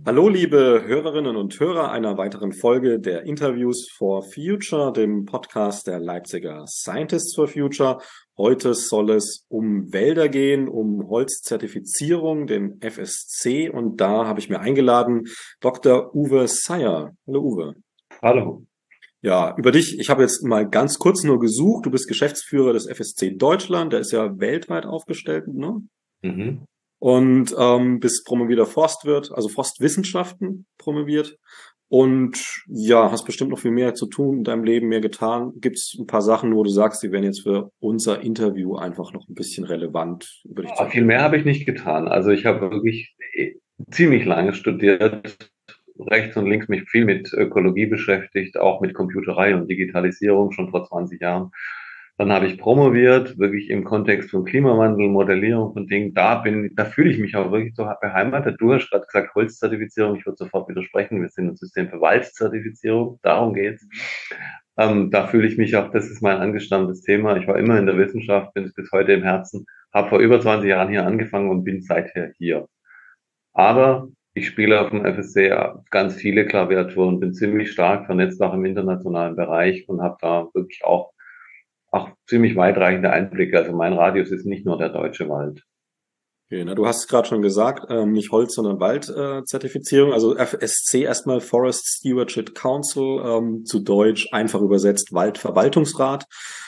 Hallo, liebe Hörerinnen und Hörer einer weiteren Folge der Interviews for Future, dem Podcast der Leipziger Scientists for Future. Heute soll es um Wälder gehen, um Holzzertifizierung, den FSC. Und da habe ich mir eingeladen Dr. Uwe Seyer. Hallo, Uwe. Hallo. Ja, über dich, ich habe jetzt mal ganz kurz nur gesucht. Du bist Geschäftsführer des FSC Deutschland, der ist ja weltweit aufgestellt, ne? Mhm. Und bist promovierter Forstwirt, also Forstwissenschaften promoviert. Und ja, hast bestimmt noch viel mehr zu tun in deinem Leben, mehr getan. Gibt es ein paar Sachen, wo du sagst, die wären jetzt für unser Interview einfach noch ein bisschen relevant, über dich zu Viel erzählen? mehr habe ich nicht getan. Also ich habe wirklich ziemlich lange studiert, rechts und links mich viel mit Ökologie beschäftigt, auch mit Computerei und Digitalisierung schon vor 20 Jahren. Dann habe ich promoviert, wirklich im Kontext von Klimawandel, Modellierung von Dingen. Da fühle ich mich auch wirklich so beheimatet. Du hast gerade gesagt Holzzertifizierung. Ich würde sofort widersprechen. Wir sind ein System für Waldzertifizierung. Darum geht's. Da fühle ich mich auch, das ist mein angestammtes Thema. Ich war immer in der Wissenschaft, bin es bis heute im Herzen, habe vor über 20 Jahren hier angefangen und bin seither hier. Aber ich spiele auf dem FSC ganz viele Klaviaturen, bin ziemlich stark vernetzt auch im internationalen Bereich und habe da wirklich auch ziemlich weitreichende Einblicke. Also mein Radius ist nicht nur der deutsche Wald. Okay, na, du hast es gerade schon gesagt, nicht Holz, sondern Wald-Zertifizierung, also FSC erstmal Forest Stewardship Council, zu Deutsch einfach übersetzt Waldverwaltungsrat.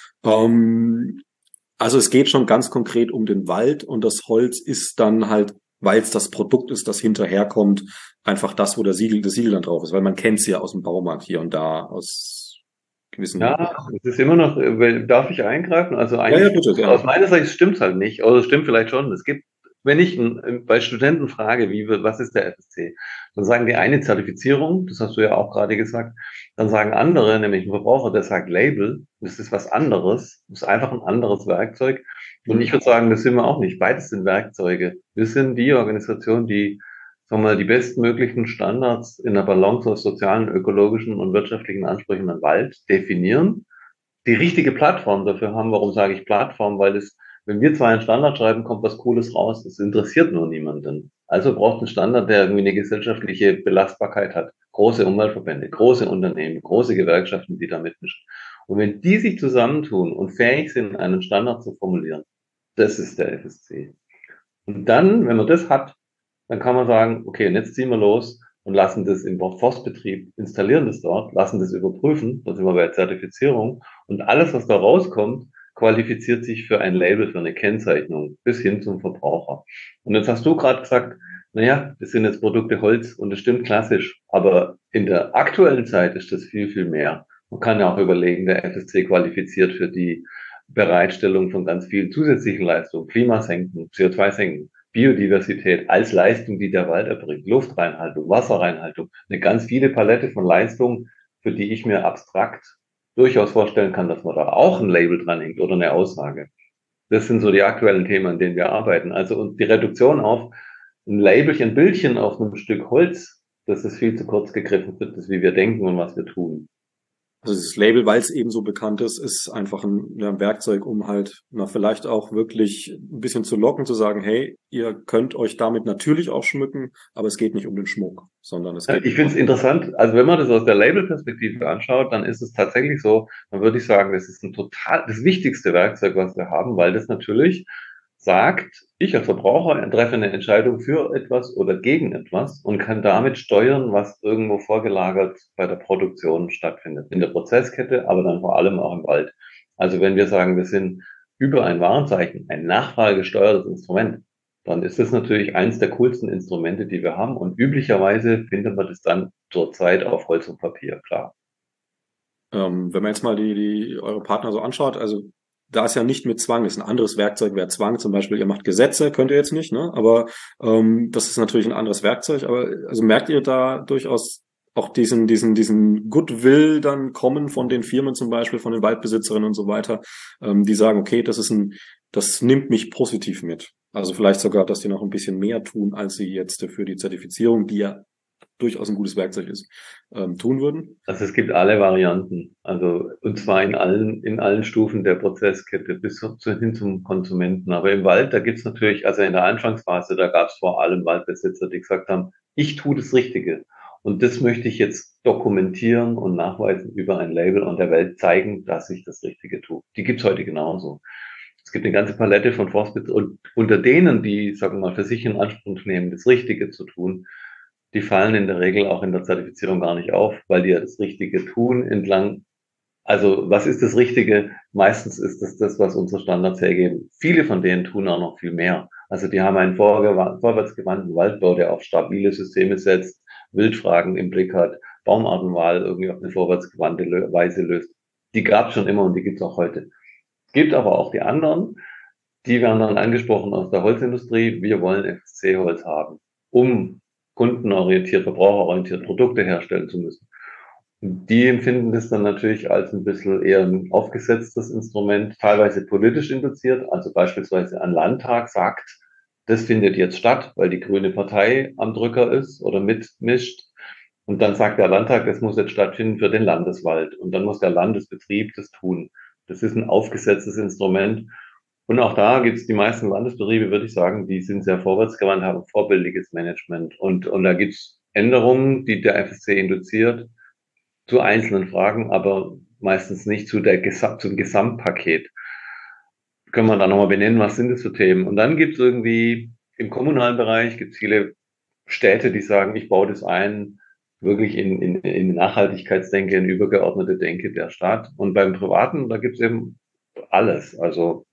Ähm, Also es geht schon ganz konkret um den Wald und das Holz ist dann halt, weil es das Produkt ist, das hinterherkommt, einfach das, wo das Siegel dann drauf ist, weil man kennt es ja aus dem Baumarkt hier und da aus gewissen, Ja, es ist immer noch, darf ich eingreifen? Also ja, ja, eigentlich, bitte, aus gerne. meiner Sicht stimmt's halt nicht, oder es stimmt vielleicht schon. Es gibt, wenn ich bei Studenten frage, was ist der FSC, dann sagen die eine Zertifizierung, das hast du ja auch gerade gesagt, dann sagen andere, nämlich ein Verbraucher, der sagt Label, das ist was anderes, das ist einfach ein anderes Werkzeug. Und ich Mhm. würde sagen, das sind wir auch nicht. Beides sind Werkzeuge. Wir sind die Organisation, die, sagen wir mal, die bestmöglichen Standards in der Balance aus sozialen, ökologischen und wirtschaftlichen Ansprüchen an Wald definieren, die richtige Plattform dafür haben. Warum sage ich Plattform? Weil es, wenn wir zwei einen Standard schreiben, kommt was Cooles raus. Das interessiert nur niemanden. Also braucht ein Standard, der irgendwie eine gesellschaftliche Belastbarkeit hat. Große Umweltverbände, große Unternehmen, große Gewerkschaften, die da mitmischen. Und wenn die sich zusammentun und fähig sind, einen Standard zu formulieren, das ist der FSC. Und dann, wenn man das hat, dann kann man sagen, okay, und jetzt ziehen wir los und lassen das im Forstbetrieb, installieren das dort, lassen das überprüfen, da sind wir bei der Zertifizierung, und alles, was da rauskommt, qualifiziert sich für ein Label, für eine Kennzeichnung, bis hin zum Verbraucher. Und jetzt hast du gerade gesagt, naja, das sind jetzt Produkte Holz und das stimmt klassisch, aber in der aktuellen Zeit ist das viel, viel mehr. Man kann ja auch überlegen, der FSC qualifiziert für die Bereitstellung von ganz vielen zusätzlichen Leistungen, Klimasenken, CO2-Senken, Biodiversität als Leistung, die der Wald erbringt, Luftreinhaltung, Wasserreinhaltung, eine ganz viele Palette von Leistungen, für die ich mir abstrakt durchaus vorstellen kann, dass man da auch ein Label dranhängt oder eine Aussage. Das sind so die aktuellen Themen, an denen wir arbeiten. Also und die Reduktion auf ein Labelchen, ein Bildchen auf einem Stück Holz, das ist viel zu kurz gegriffen für das, wie wir denken und was wir tun. Also dieses Label, weil es eben so bekannt ist einfach ein, ja, ein Werkzeug, um halt na, vielleicht auch wirklich ein bisschen zu locken, zu sagen, hey, ihr könnt euch damit natürlich auch schmücken, aber es geht nicht um den Schmuck, sondern es geht Ich eben finde auch es um den. interessant, also wenn man das aus der Label-Perspektive anschaut, dann ist es tatsächlich so, dann würde ich sagen, das ist das wichtigste Werkzeug, was wir haben, weil das natürlich sagt, ich als Verbraucher treffe eine Entscheidung für etwas oder gegen etwas und kann damit steuern, was irgendwo vorgelagert bei der Produktion stattfindet. In der Prozesskette, aber dann vor allem auch im Wald. Also wenn wir sagen, wir sind über ein Warenzeichen, ein nachfragesteuertes Instrument, dann ist das natürlich eins der coolsten Instrumente, die wir haben. Und üblicherweise findet man das dann zurzeit auf Holz und Papier, klar. Wenn man jetzt mal eure Partner so anschaut, also da ist ja nicht mit Zwang, ist ein anderes Werkzeug, wäre Zwang, zum Beispiel, ihr macht Gesetze, könnt ihr jetzt nicht, ne? Aber das ist natürlich ein anderes Werkzeug. Aber also merkt ihr da durchaus auch diesen Goodwill dann kommen von den Firmen zum Beispiel, von den Waldbesitzerinnen und so weiter, die sagen, okay, das nimmt mich positiv mit. Also vielleicht sogar, dass die noch ein bisschen mehr tun, als sie jetzt für die Zertifizierung, die ja durchaus ein gutes Werkzeug ist, tun würden. Also es gibt alle Varianten, also und zwar in allen Stufen der Prozesskette hin zum Konsumenten. Aber im Wald, da gibt's natürlich, also in der Anfangsphase, da gab's vor allem Waldbesitzer, die gesagt haben, Ich tue das Richtige. Und das möchte ich jetzt dokumentieren und nachweisen über ein Label und der Welt zeigen, dass ich das Richtige tue. Die gibt's heute genauso. Es gibt eine ganze Palette von Forstbetrieben und unter denen, die, sagen wir mal, für sich in Anspruch nehmen, das Richtige zu tun, die fallen in der Regel auch in der Zertifizierung gar nicht auf, weil die ja das Richtige tun entlang. Also was ist das Richtige? Meistens ist es das, was unsere Standards hergeben. Viele von denen tun auch noch viel mehr. Also die haben einen vorwärtsgewandten Waldbau, der auf stabile Systeme setzt, Wildfragen im Blick hat, Baumartenwahl irgendwie auf eine vorwärtsgewandte Weise löst. Die gab es schon immer und die gibt es auch heute. Es gibt aber auch die anderen, die werden dann angesprochen aus der Holzindustrie. Wir wollen FSC-Holz haben, um kundenorientiert, verbraucherorientiert Produkte herstellen zu müssen. Die empfinden das dann natürlich als ein bisschen eher ein aufgesetztes Instrument, teilweise politisch induziert. Also beispielsweise ein Landtag sagt, das findet jetzt statt, weil die Grüne Partei am Drücker ist oder mitmischt. Und dann sagt der Landtag, das muss jetzt stattfinden für den Landeswald. Und dann muss der Landesbetrieb das tun. Das ist ein aufgesetztes Instrument. Und auch da gibt es die meisten Landesbetriebe, würde ich sagen, die sind sehr vorwärtsgewandt, haben vorbildliches Management. Und da gibt es Änderungen, die der FSC induziert zu einzelnen Fragen, aber meistens nicht zum Gesamtpaket. Können wir da nochmal benennen, was sind das für Themen? Und dann gibt es irgendwie im kommunalen Bereich gibt es viele Städte, die sagen, ich baue das ein, wirklich in Nachhaltigkeitsdenke, in übergeordnete Denke der Stadt. Und beim Privaten, da gibt es eben alles. Also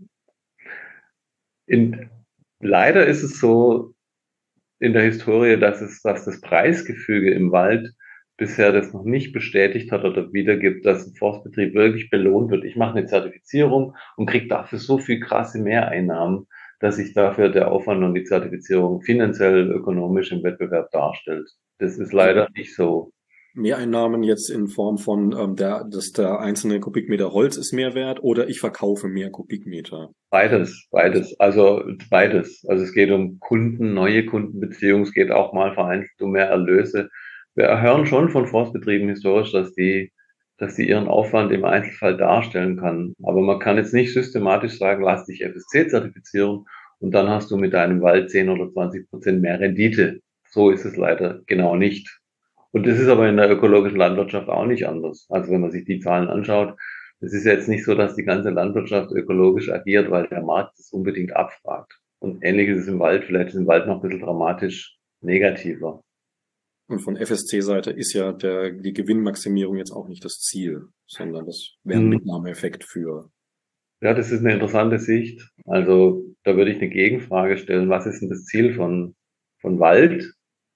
in, leider ist es so in der Historie, dass das Preisgefüge im Wald bisher das noch nicht bestätigt hat oder wiedergibt, dass ein Forstbetrieb wirklich belohnt wird. Ich mache eine Zertifizierung und kriege dafür so viel krasse Mehreinnahmen, dass sich dafür der Aufwand und die Zertifizierung finanziell, ökonomisch im Wettbewerb darstellt. Das ist Also leider nicht so. Mehreinnahmen jetzt in Form von, dass der einzelne Kubikmeter Holz ist mehr wert oder ich verkaufe mehr Kubikmeter. Beides, also beides. Also es geht um Kunden, neue Kundenbeziehungen, es geht auch mal vereinzelt um mehr Erlöse. Wir hören schon von Forstbetrieben historisch, dass die ihren Aufwand im Einzelfall darstellen kann. Aber man kann jetzt nicht systematisch sagen, lass dich FSC zertifizieren und dann hast du mit deinem Wald 10 oder 20% mehr Rendite. So ist es leider genau nicht. Und das ist aber in der ökologischen Landwirtschaft auch nicht anders. Also wenn man sich die Zahlen anschaut, es ist jetzt nicht so, dass die ganze Landwirtschaft ökologisch agiert, weil der Markt es unbedingt abfragt. Und ähnlich ist es im Wald. Vielleicht ist im Wald noch ein bisschen dramatisch negativer. Und von FSC-Seite ist ja die Gewinnmaximierung jetzt auch nicht das Ziel, sondern das wäre ein Hm. Mitnahmeeffekt für. Ja, das ist eine interessante Sicht. Also da würde ich eine Gegenfrage stellen. Was ist denn das Ziel von Wald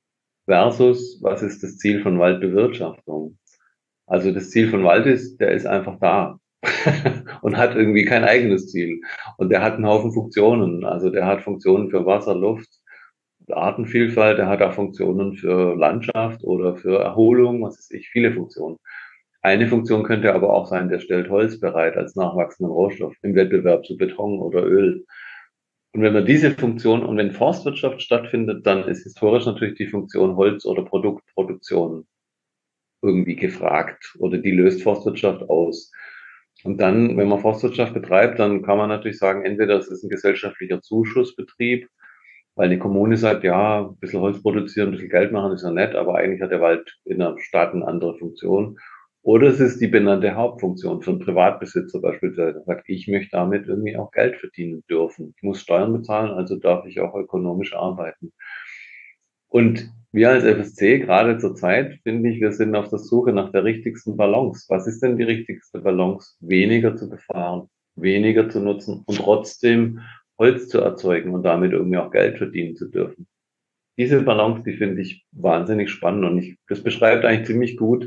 versus was ist das Ziel von Waldbewirtschaftung? Also das Ziel von Wald ist, der ist einfach da und hat irgendwie kein eigenes Ziel. Und der hat einen Haufen Funktionen. Also der hat Funktionen für Wasser, Luft, Artenvielfalt, der hat auch Funktionen für Landschaft oder für Erholung, was weiß ich, viele Funktionen. Eine Funktion könnte aber auch sein, der stellt Holz bereit als nachwachsenden Rohstoff im Wettbewerb zu Beton oder Öl. Und wenn man diese Funktion und wenn Forstwirtschaft stattfindet, dann ist historisch natürlich die Funktion Holz- oder Produktproduktion irgendwie gefragt oder die löst Forstwirtschaft aus. Und dann, wenn man Forstwirtschaft betreibt, dann kann man natürlich sagen, entweder es ist ein gesellschaftlicher Zuschussbetrieb, weil die Kommune sagt, ja, ein bisschen Holz produzieren, ein bisschen Geld machen ist ja nett, aber eigentlich hat der Wald in der Stadt eine andere Funktion. Oder es ist die benannte Hauptfunktion für einen Privatbesitzer beispielsweise, der sagt, ich möchte damit irgendwie auch Geld verdienen dürfen. Ich muss Steuern bezahlen, also darf ich auch ökonomisch arbeiten. Und wir als FSC, gerade zur Zeit, finde ich, wir sind auf der Suche nach der richtigsten Balance. Was ist denn die richtigste Balance? Weniger zu befahren, weniger zu nutzen und trotzdem Holz zu erzeugen und damit irgendwie auch Geld verdienen zu dürfen. Diese Balance, die finde ich wahnsinnig spannend und das beschreibt eigentlich ziemlich gut,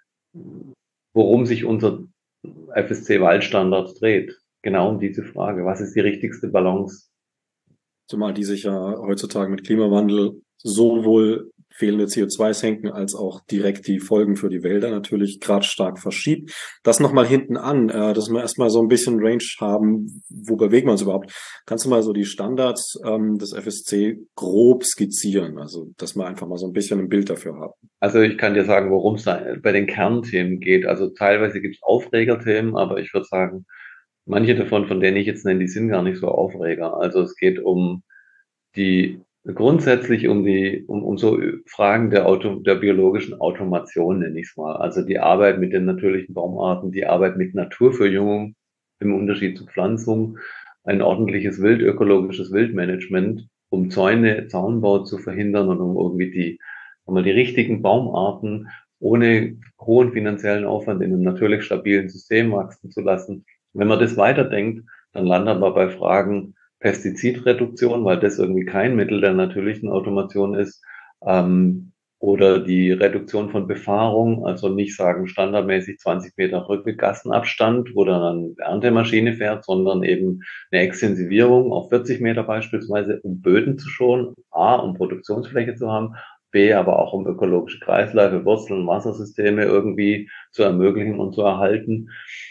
worum sich unser FSC-Waldstandard dreht. Genau um diese Frage. Was ist die richtigste Balance? Zumal die sich ja heutzutage mit Klimawandel sowohl fehlende CO2 senken als auch direkt die Folgen für die Wälder natürlich gerade stark verschiebt. Das nochmal hinten an, dass wir erstmal so ein bisschen Range haben, wo bewegen wir uns überhaupt. Kannst du mal so die Standards des FSC grob skizzieren, also dass wir einfach mal so ein bisschen ein Bild dafür haben. Also ich kann dir sagen, worum es da bei den Kernthemen geht. Also teilweise gibt es Aufregerthemen, aber ich würde sagen, manche davon, von denen ich jetzt nenne, die sind gar nicht so Aufreger. Also es geht um die grundsätzlich um so Fragen der biologischen Automation, nenne ich es mal. Also die Arbeit mit den natürlichen Baumarten, die Arbeit mit Naturverjüngung im Unterschied zu Pflanzung, ein ordentliches ökologisches Wildmanagement, um Zäune, Zaunbau zu verhindern und um irgendwie sagen wir, die richtigen Baumarten ohne hohen finanziellen Aufwand in einem natürlich stabilen System wachsen zu lassen. Wenn man das weiterdenkt, dann landet man bei Fragen Pestizidreduktion, weil das irgendwie kein Mittel der natürlichen Automation ist, oder die Reduktion von Befahrung, also nicht sagen standardmäßig 20 Meter Rückweggassenabstand, wo dann eine Erntemaschine fährt, sondern eben eine Extensivierung auf 40 Meter beispielsweise, um Böden zu schonen, A, um Produktionsfläche zu haben, B, aber auch um ökologische Kreisläufe, Wurzeln, Wassersysteme irgendwie zu ermöglichen und zu erhalten.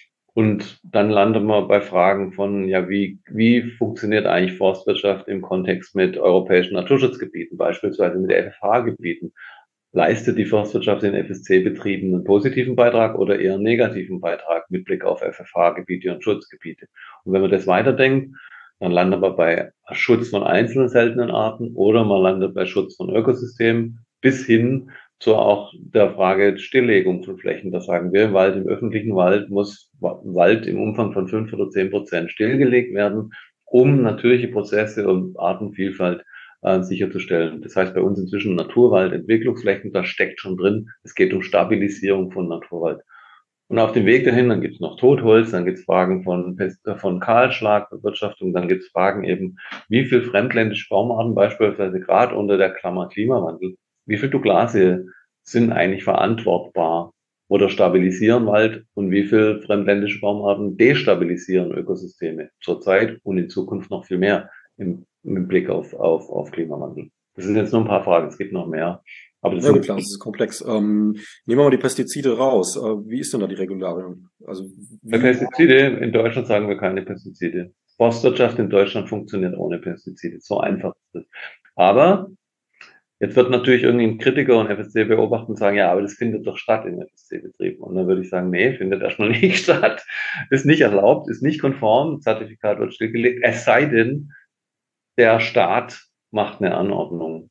Und dann landet man bei Fragen von, ja, wie funktioniert eigentlich Forstwirtschaft im Kontext mit europäischen Naturschutzgebieten, beispielsweise mit FFH-Gebieten? Leistet die Forstwirtschaft in FSC-Betrieben einen positiven Beitrag oder eher einen negativen Beitrag mit Blick auf FFH-Gebiete und Schutzgebiete? Und wenn man das weiterdenkt, dann landet man bei Schutz von einzelnen seltenen Arten oder man landet bei Schutz von Ökosystemen bis hin zu auch der Frage Stilllegung von Flächen. Da sagen wir, im öffentlichen Wald muss Wald im Umfang von 5 oder 10% stillgelegt werden, um natürliche Prozesse und Artenvielfalt sicherzustellen. Das heißt bei uns inzwischen Naturwald, Entwicklungsflächen, da steckt schon drin. Es geht um Stabilisierung von Naturwald. Und auf dem Weg dahin, dann gibt es noch Totholz, dann gibt es Fragen von Kahlschlag, Bewirtschaftung, dann gibt es Fragen eben, wie viel fremdländische Baumarten beispielsweise gerade unter der Klammer Klimawandel, wie viel Douglasie sind eigentlich verantwortbar oder stabilisieren Wald und wie viel fremdländische Baumarten destabilisieren Ökosysteme zurzeit und in Zukunft noch viel mehr im Blick auf Klimawandel. Das sind jetzt nur ein paar Fragen, es gibt noch mehr. Aber das Ja gut, sind klar, das ist komplex. Nehmen wir mal die Pestizide raus. Wie ist denn da die Regularien? Also Bei wie, Pestizide in Deutschland sagen wir keine Pestizide. Forstwirtschaft in Deutschland funktioniert ohne Pestizide. So einfach ist es. Aber jetzt wird natürlich irgendwie ein Kritiker und FSC beobachten und sagen, ja, aber das findet doch statt in FSC-Betrieben. Und dann würde ich sagen, nee, findet erstmal nicht statt, ist nicht erlaubt, ist nicht konform, Zertifikat wird stillgelegt, es sei denn, der Staat macht eine Anordnung.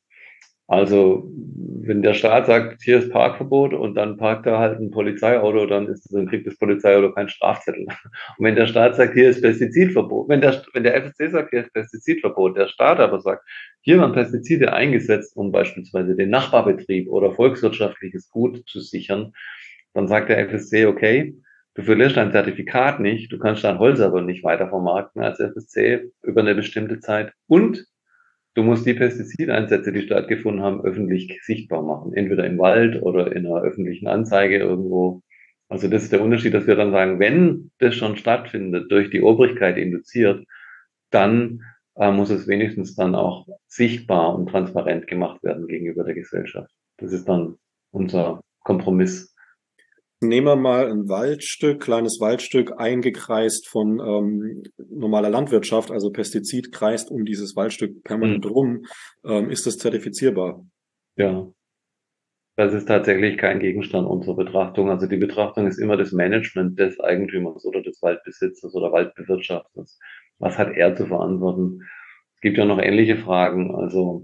Also, wenn der Staat sagt, hier ist Parkverbot und dann parkt da halt ein Polizeiauto, dann kriegt das Polizeiauto keinen Strafzettel. Und wenn der Staat sagt, hier ist Pestizidverbot, wenn der FSC sagt, hier ist Pestizidverbot, der Staat aber sagt, hier werden Pestizide eingesetzt, um beispielsweise den Nachbarbetrieb oder volkswirtschaftliches Gut zu sichern, dann sagt der FSC, okay, du verlierst dein Zertifikat nicht, du kannst dein Holz aber nicht weiter vermarkten als FSC über eine bestimmte Zeit und du musst die Pestizideinsätze, die stattgefunden haben, öffentlich sichtbar machen. Entweder im Wald oder in einer öffentlichen Anzeige irgendwo. Also das ist der Unterschied, dass wir dann sagen, wenn das schon stattfindet, durch die Obrigkeit induziert, dann muss es wenigstens dann auch sichtbar und transparent gemacht werden gegenüber der Gesellschaft. Das ist dann unser Kompromiss. nehmen wir mal ein Waldstück, kleines Waldstück, eingekreist von normaler Landwirtschaft, also Pestizid kreist um dieses Waldstück permanent Hm, rum. Ist das zertifizierbar? ja. Das ist tatsächlich kein Gegenstand unserer Betrachtung. Also die Betrachtung ist immer das Management des Eigentümers oder des Waldbesitzers oder Waldbewirtschafters. Was hat er zu verantworten? Es gibt ja noch ähnliche Fragen. Also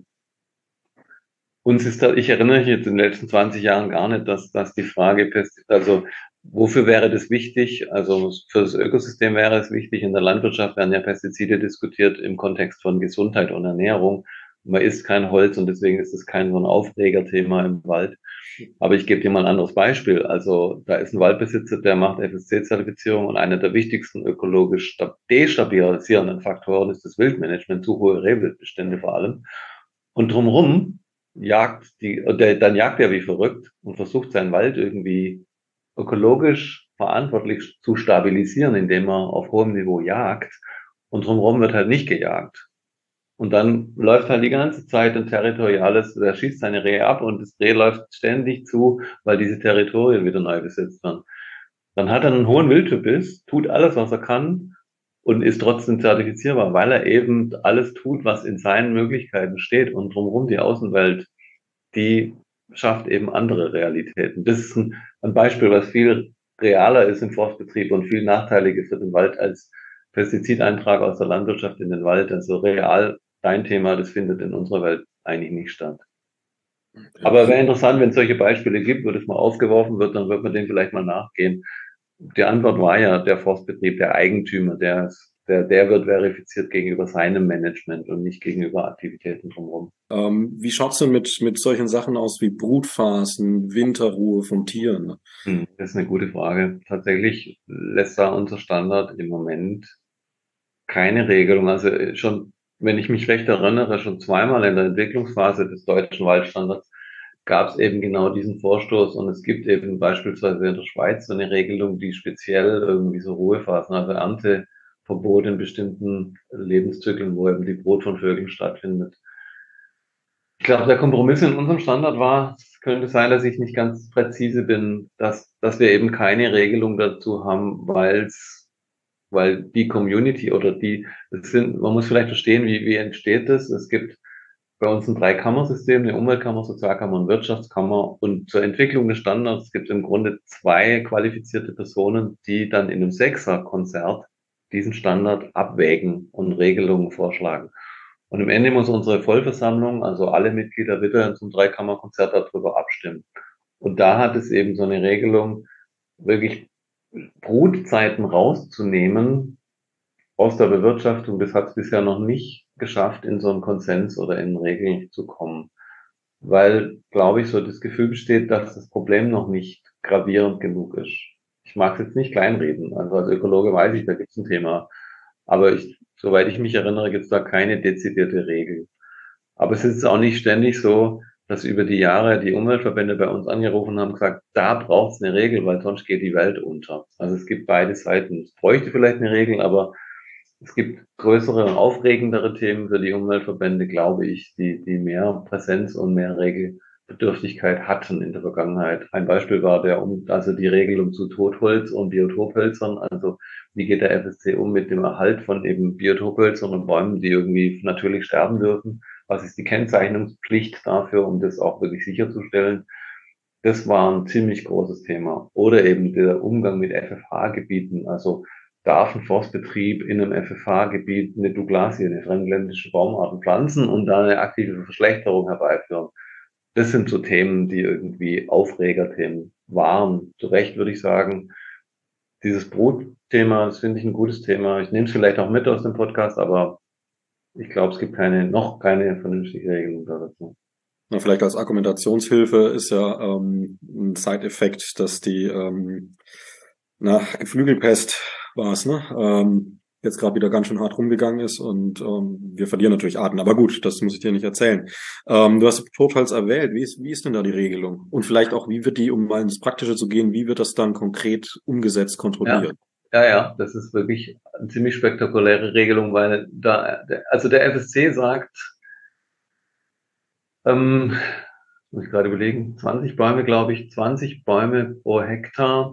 uns ist da, ich erinnere mich jetzt in den letzten 20 Jahren gar nicht, dass die Frage, also wofür wäre das wichtig? Also für das Ökosystem wäre es wichtig. In der Landwirtschaft werden ja Pestizide diskutiert im Kontext von Gesundheit und Ernährung. Man isst kein Holz und deswegen ist es kein so ein Aufregerthema im Wald. Aber ich gebe dir mal ein anderes Beispiel. Also da ist ein Waldbesitzer, der macht FSC-Zertifizierung und einer der wichtigsten ökologisch destabilisierenden Faktoren ist das Wildmanagement, zu hohe Rehwildbestände vor allem. Und drumherum dann jagt er wie verrückt und versucht seinen Wald irgendwie ökologisch verantwortlich zu stabilisieren, indem er auf hohem Niveau jagt. Und drumherum wird halt nicht gejagt. Und dann läuft halt die ganze Zeit ein territoriales, der schießt seine Rehe ab und das Reh läuft ständig zu, weil diese Territorien wieder neu besetzt werden. Dann hat er einen hohen Wildtypus, tut alles, was er kann und ist trotzdem zertifizierbar, weil er eben alles tut, was in seinen Möglichkeiten steht und drumherum die Außenwelt, die schafft eben andere Realitäten. Das ist ein Beispiel, was viel realer ist im Forstbetrieb und viel nachteiliger für den Wald als Pestizideintrag aus der Landwirtschaft in den Wald. Also real, dein Thema, das findet in unserer Welt eigentlich nicht statt. Aber wäre interessant, wenn es solche Beispiele gibt, wo das mal aufgeworfen wird, dann wird man dem vielleicht mal nachgehen. Die Antwort war ja, der Forstbetrieb, der Eigentümer, der wird verifiziert gegenüber seinem Management und nicht gegenüber Aktivitäten drumherum. Wie schaut's denn mit solchen Sachen aus wie Brutphasen, Winterruhe von Tieren? Das ist eine gute Frage. Tatsächlich lässt da unser Standard im Moment keine Regelung. Also schon, wenn ich mich recht erinnere, schon zweimal in der Entwicklungsphase des deutschen Waldstandards gab es eben genau diesen Vorstoß, und es gibt eben beispielsweise in der Schweiz so eine Regelung, die speziell irgendwie so Ruhephasen, also Ernteverbot in bestimmten Lebenszyklen, wo eben die Brut von Vögeln stattfindet. Ich glaube, der Kompromiss in unserem Standard war, es könnte sein, dass ich nicht ganz präzise bin, dass wir eben keine Regelung dazu haben, weil die Community oder man muss vielleicht verstehen, wie entsteht das? Es gibt bei uns ein Dreikammersystem, eine Umweltkammer, Sozialkammer und Wirtschaftskammer. Und zur Entwicklung des Standards gibt es im Grunde zwei qualifizierte Personen, die dann in einem Sechserkonzert diesen Standard abwägen und Regelungen vorschlagen. Und am Ende muss unsere Vollversammlung, also alle Mitglieder, wieder zum Dreikammerkonzert darüber abstimmen. Und da hat es eben so eine Regelung, wirklich Brutzeiten rauszunehmen aus der Bewirtschaftung. Das hat es bisher noch nicht geschafft, in so einen Konsens oder in Regeln zu kommen, weil, glaube ich, so das Gefühl besteht, dass das Problem noch nicht gravierend genug ist. Ich mag es jetzt nicht kleinreden. Also als Ökologe weiß ich, da gibt es ein Thema. Aber soweit ich mich erinnere, gibt es da keine dezidierte Regel. Aber es ist auch nicht ständig so, dass über die Jahre die Umweltverbände bei uns angerufen haben und gesagt, da braucht es eine Regel, weil sonst geht die Welt unter. Also es gibt beide Seiten. Es bräuchte vielleicht eine Regel, aber es gibt größere und aufregendere Themen für die Umweltverbände, glaube ich, die mehr Präsenz und mehr Regelbedürftigkeit hatten in der Vergangenheit. Ein Beispiel war also die Regelung zu Totholz und Biotophölzern. Also wie geht der FSC um mit dem Erhalt von eben Biotophölzern und Bäumen, die irgendwie natürlich sterben dürfen? Was ist die Kennzeichnungspflicht dafür, um das auch wirklich sicherzustellen? Das war ein ziemlich großes Thema. Oder eben der Umgang mit FFH-Gebieten. Also darf ein Forstbetrieb in einem FFH-Gebiet eine Douglasie, eine fremdländische Baumarten pflanzen und da eine aktive Verschlechterung herbeiführen? Das sind so Themen, die irgendwie Aufregerthemen waren. Zu Recht würde ich sagen, dieses Brutthema, das finde ich ein gutes Thema. Ich nehme es vielleicht auch mit aus dem Podcast, aber ich glaube, es gibt noch keine vernünftige Regelung dazu. Na, vielleicht als Argumentationshilfe ist ja ein Side-Effekt, dass die Geflügelpest war es, ne? Jetzt gerade wieder ganz schön hart rumgegangen ist und wir verlieren natürlich Arten. Aber gut, das muss ich dir nicht erzählen. Du hast Totholz erwähnt. Wie ist denn da die Regelung? Und vielleicht auch, wie wird die, um mal ins Praktische zu gehen, wie wird das dann konkret umgesetzt, kontrolliert? Ja, das ist wirklich eine ziemlich spektakuläre Regelung, weil also der FSC sagt, muss ich gerade überlegen, 20 Bäume, glaube ich, 20 Bäume pro Hektar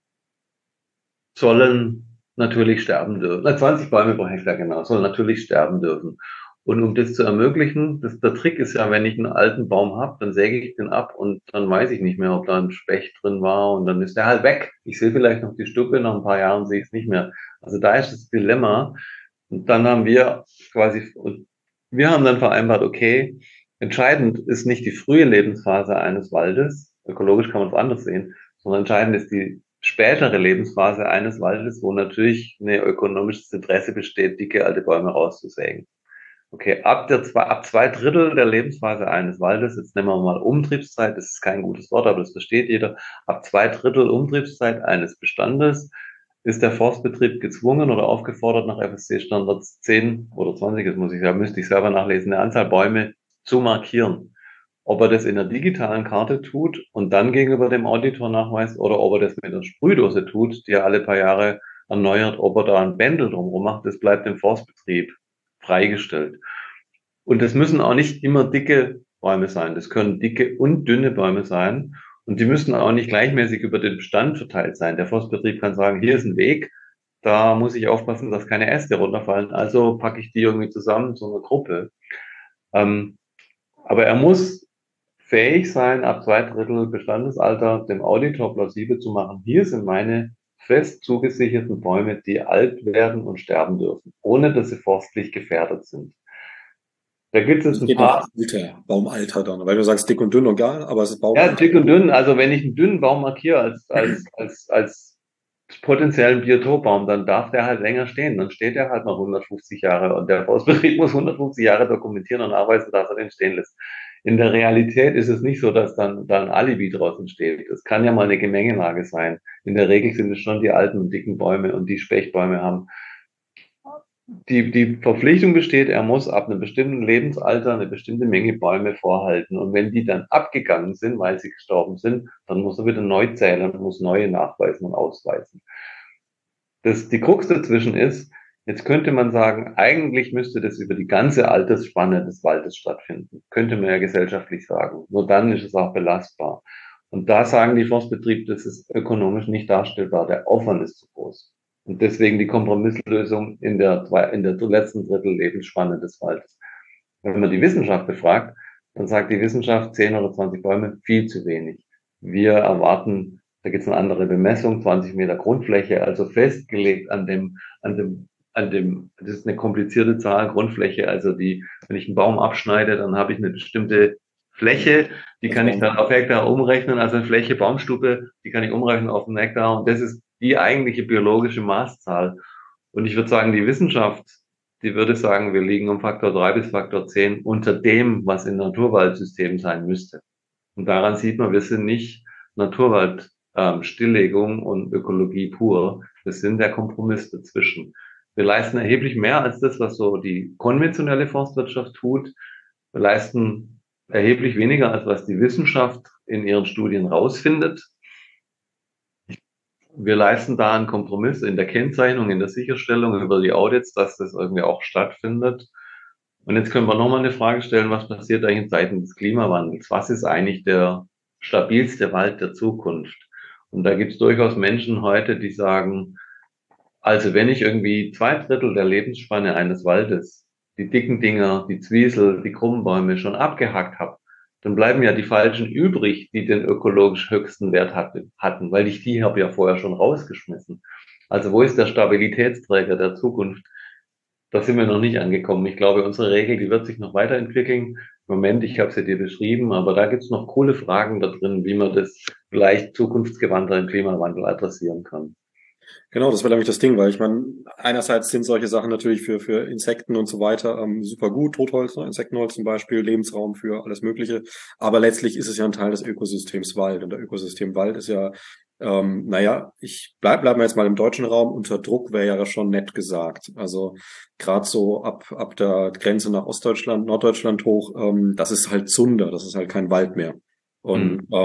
sollen natürlich sterben dürfen. 20 Bäume pro Hektar, genau, sollen natürlich sterben dürfen. Und um das zu ermöglichen, der Trick ist ja, wenn ich einen alten Baum habe, dann säge ich den ab und dann weiß ich nicht mehr, ob da ein Specht drin war und dann ist der halt weg. Ich sehe vielleicht noch die Stubbe, nach ein paar Jahren sehe ich es nicht mehr. Also da ist das Dilemma. Und dann haben wir haben dann vereinbart, okay, entscheidend ist nicht die frühe Lebensphase eines Waldes, ökologisch kann man es anders sehen, sondern entscheidend ist die spätere Lebensphase eines Waldes, wo natürlich ein ökonomisches Interesse besteht, dicke alte Bäume rauszusägen. Okay, ab zwei Drittel der Lebensphase eines Waldes, jetzt nehmen wir mal Umtriebszeit, das ist kein gutes Wort, aber das versteht jeder, ab zwei Drittel Umtriebszeit eines Bestandes ist der Forstbetrieb gezwungen oder aufgefordert, nach FSC-Standards 10 oder 20, müsste ich selber nachlesen, eine Anzahl Bäume zu markieren. Ob er das in der digitalen Karte tut und dann gegenüber dem Auditor nachweist oder ob er das mit einer Sprühdose tut, die er alle paar Jahre erneuert, ob er da ein Bändel drumherum macht, das bleibt dem Forstbetrieb freigestellt. Und das müssen auch nicht immer dicke Bäume sein. Das können dicke und dünne Bäume sein. Und die müssen auch nicht gleichmäßig über den Bestand verteilt sein. Der Forstbetrieb kann sagen, hier ist ein Weg, da muss ich aufpassen, dass keine Äste runterfallen. Also packe ich die irgendwie zusammen zu einer Gruppe. Aber er muss fähig sein, ab zwei Drittel Bestandesalter dem Auditor plausibel zu machen. Hier sind meine fest zugesicherten Bäume, die alt werden und sterben dürfen, ohne dass sie forstlich gefährdet sind. Da gibt es Es ein geht nach paar. Alter, Baumalter dann, weil du sagst dick und dünn und egal, aber es ist Ja, Baumalter. dick und dünn. Also wenn ich einen dünnen Baum markiere als potenziellen Biotopbaum, dann darf der halt länger stehen. Dann steht der halt noch 150 Jahre und der Forstbetrieb muss 150 Jahre dokumentieren und arbeiten, dass er den stehen lässt. In der Realität ist es nicht so, dass dann ein Alibi draus entsteht. Es kann ja mal eine Gemengelage sein. In der Regel sind es schon die alten und dicken Bäume und die Spechbäume haben die Verpflichtung besteht, er muss ab einem bestimmten Lebensalter eine bestimmte Menge Bäume vorhalten. Und wenn die dann abgegangen sind, weil sie gestorben sind, dann muss er wieder neu zählen und muss neue nachweisen und ausweisen. Die Krux dazwischen ist, jetzt könnte man sagen, eigentlich müsste das über die ganze Altersspanne des Waldes stattfinden. Könnte man ja gesellschaftlich sagen. Nur dann ist es auch belastbar. Und da sagen die Forstbetriebe, das ist ökonomisch nicht darstellbar. Der Aufwand ist zu groß. Und deswegen die Kompromisslösung in der letzten Drittel Lebensspanne des Waldes. Wenn man die Wissenschaft befragt, dann sagt die Wissenschaft 10 oder 20 Bäume viel zu wenig. Wir erwarten, da gibt es eine andere Bemessung, 20 Meter Grundfläche, also festgelegt das ist eine komplizierte Zahl, Grundfläche, also wenn ich einen Baum abschneide, dann habe ich eine bestimmte Fläche, die Das kann ich dann Baum. auf Hektar umrechnen, also eine Fläche Baumstube, die kann ich umrechnen auf einen Hektar und das ist die eigentliche biologische Maßzahl. Und ich würde sagen, die Wissenschaft, die würde sagen, wir liegen um Faktor 3 bis Faktor 10 unter dem, was in Naturwaldsystemen sein müsste. Und daran sieht man, wir sind nicht Naturwald, Stilllegung und Ökologie pur. Wir sind der Kompromiss dazwischen. Wir leisten erheblich mehr als das, was so die konventionelle Forstwirtschaft tut. Wir leisten erheblich weniger, als was die Wissenschaft in ihren Studien rausfindet. Wir leisten da einen Kompromiss in der Kennzeichnung, in der Sicherstellung über die Audits, dass das irgendwie auch stattfindet. Und jetzt können wir nochmal eine Frage stellen, was passiert eigentlich in Zeiten des Klimawandels? Was ist eigentlich der stabilste Wald der Zukunft? Und da gibt es durchaus Menschen heute, die sagen, also wenn ich irgendwie 2 Drittel der Lebensspanne eines Waldes, die dicken Dinger, die Zwiesel, die krummen Bäume schon abgehackt habe, dann bleiben ja die falschen übrig, die den ökologisch höchsten Wert hatten, weil ich die habe ja vorher schon rausgeschmissen. Also wo ist der Stabilitätsträger der Zukunft? Da sind wir noch nicht angekommen. Ich glaube, unsere Regel, die wird sich noch weiterentwickeln. Im Moment, ich habe sie dir beschrieben, aber da gibt's noch coole Fragen da drin, wie man das vielleicht zukunftsgewandter im Klimawandel adressieren kann. Genau, das wäre nämlich das Ding, weil ich meine, einerseits sind solche Sachen natürlich für Insekten und so weiter super gut, Totholz, ne? Insektenholz zum Beispiel, Lebensraum für alles Mögliche, aber letztlich ist es ja ein Teil des Ökosystems Wald und der Ökosystem Wald ist ja, naja, bleiben wir jetzt mal im deutschen Raum, unter Druck wäre ja schon nett gesagt, also gerade so ab der Grenze nach Ostdeutschland, Norddeutschland hoch, das ist halt Zunder, das ist halt kein Wald mehr und Hm.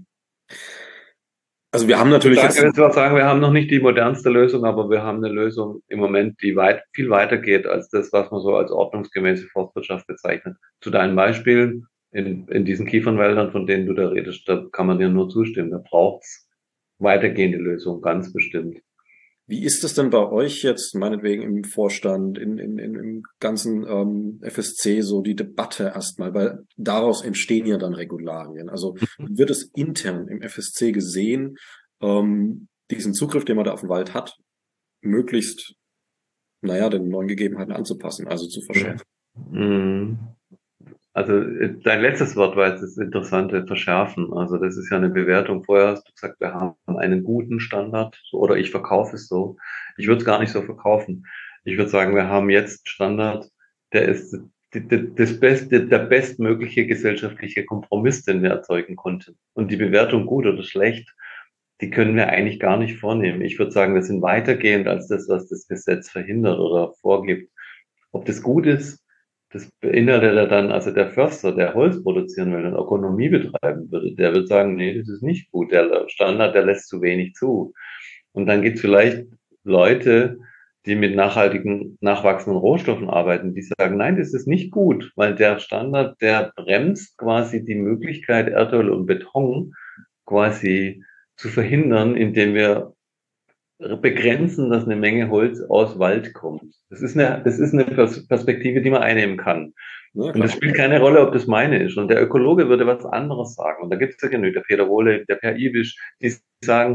also wir haben Ich natürlich jetzt. würde zwar sagen, wir haben noch nicht die modernste Lösung, aber wir haben eine Lösung im Moment, die viel weiter geht als das, was man so als ordnungsgemäße Forstwirtschaft bezeichnet. Zu deinen Beispielen in diesen Kiefernwäldern, von denen du da redest, da kann man dir nur zustimmen. Da braucht's weitergehende Lösungen, ganz bestimmt. Wie ist es denn bei euch jetzt, meinetwegen im Vorstand, im ganzen FSC, so die Debatte erstmal, weil daraus entstehen ja dann Regularien. Also wie wird es intern im FSC gesehen, diesen Zugriff, den man da auf den Wald hat, möglichst, naja, den neuen Gegebenheiten anzupassen, also zu verschärfen? Mhm. Also dein letztes Wort war jetzt das Interessante, verschärfen. Also das ist ja eine Bewertung. Vorher hast du gesagt, wir haben einen guten Standard so, oder ich verkaufe es so. Ich würde es gar nicht so verkaufen. Ich würde sagen, wir haben jetzt Standard, der ist das beste, der bestmögliche gesellschaftliche Kompromiss, den wir erzeugen konnten. Und die Bewertung gut oder schlecht, die können wir eigentlich gar nicht vornehmen. Ich würde sagen, wir sind weitergehend als das, was das Gesetz verhindert oder vorgibt. Ob das gut ist, das beinhaltet ja dann, also der Förster, der Holz produzieren will und Ökonomie betreiben würde, der wird sagen, nee, das ist nicht gut. Der Standard, der lässt zu wenig zu. Und dann gibt es vielleicht Leute, die mit nachhaltigen, nachwachsenden Rohstoffen arbeiten, die sagen, nein, das ist nicht gut, weil der Standard, der bremst quasi die Möglichkeit, Erdöl und Beton quasi zu verhindern, indem wir begrenzen, dass eine Menge Holz aus Wald kommt. Das ist eine Perspektive, die man einnehmen kann. Ja, Und es klar. spielt keine Rolle, ob das meine ist. Und der Ökologe würde was anderes sagen. Und da gibt es ja genügend, der Peter Wohle, der Per Ibisch, die sagen,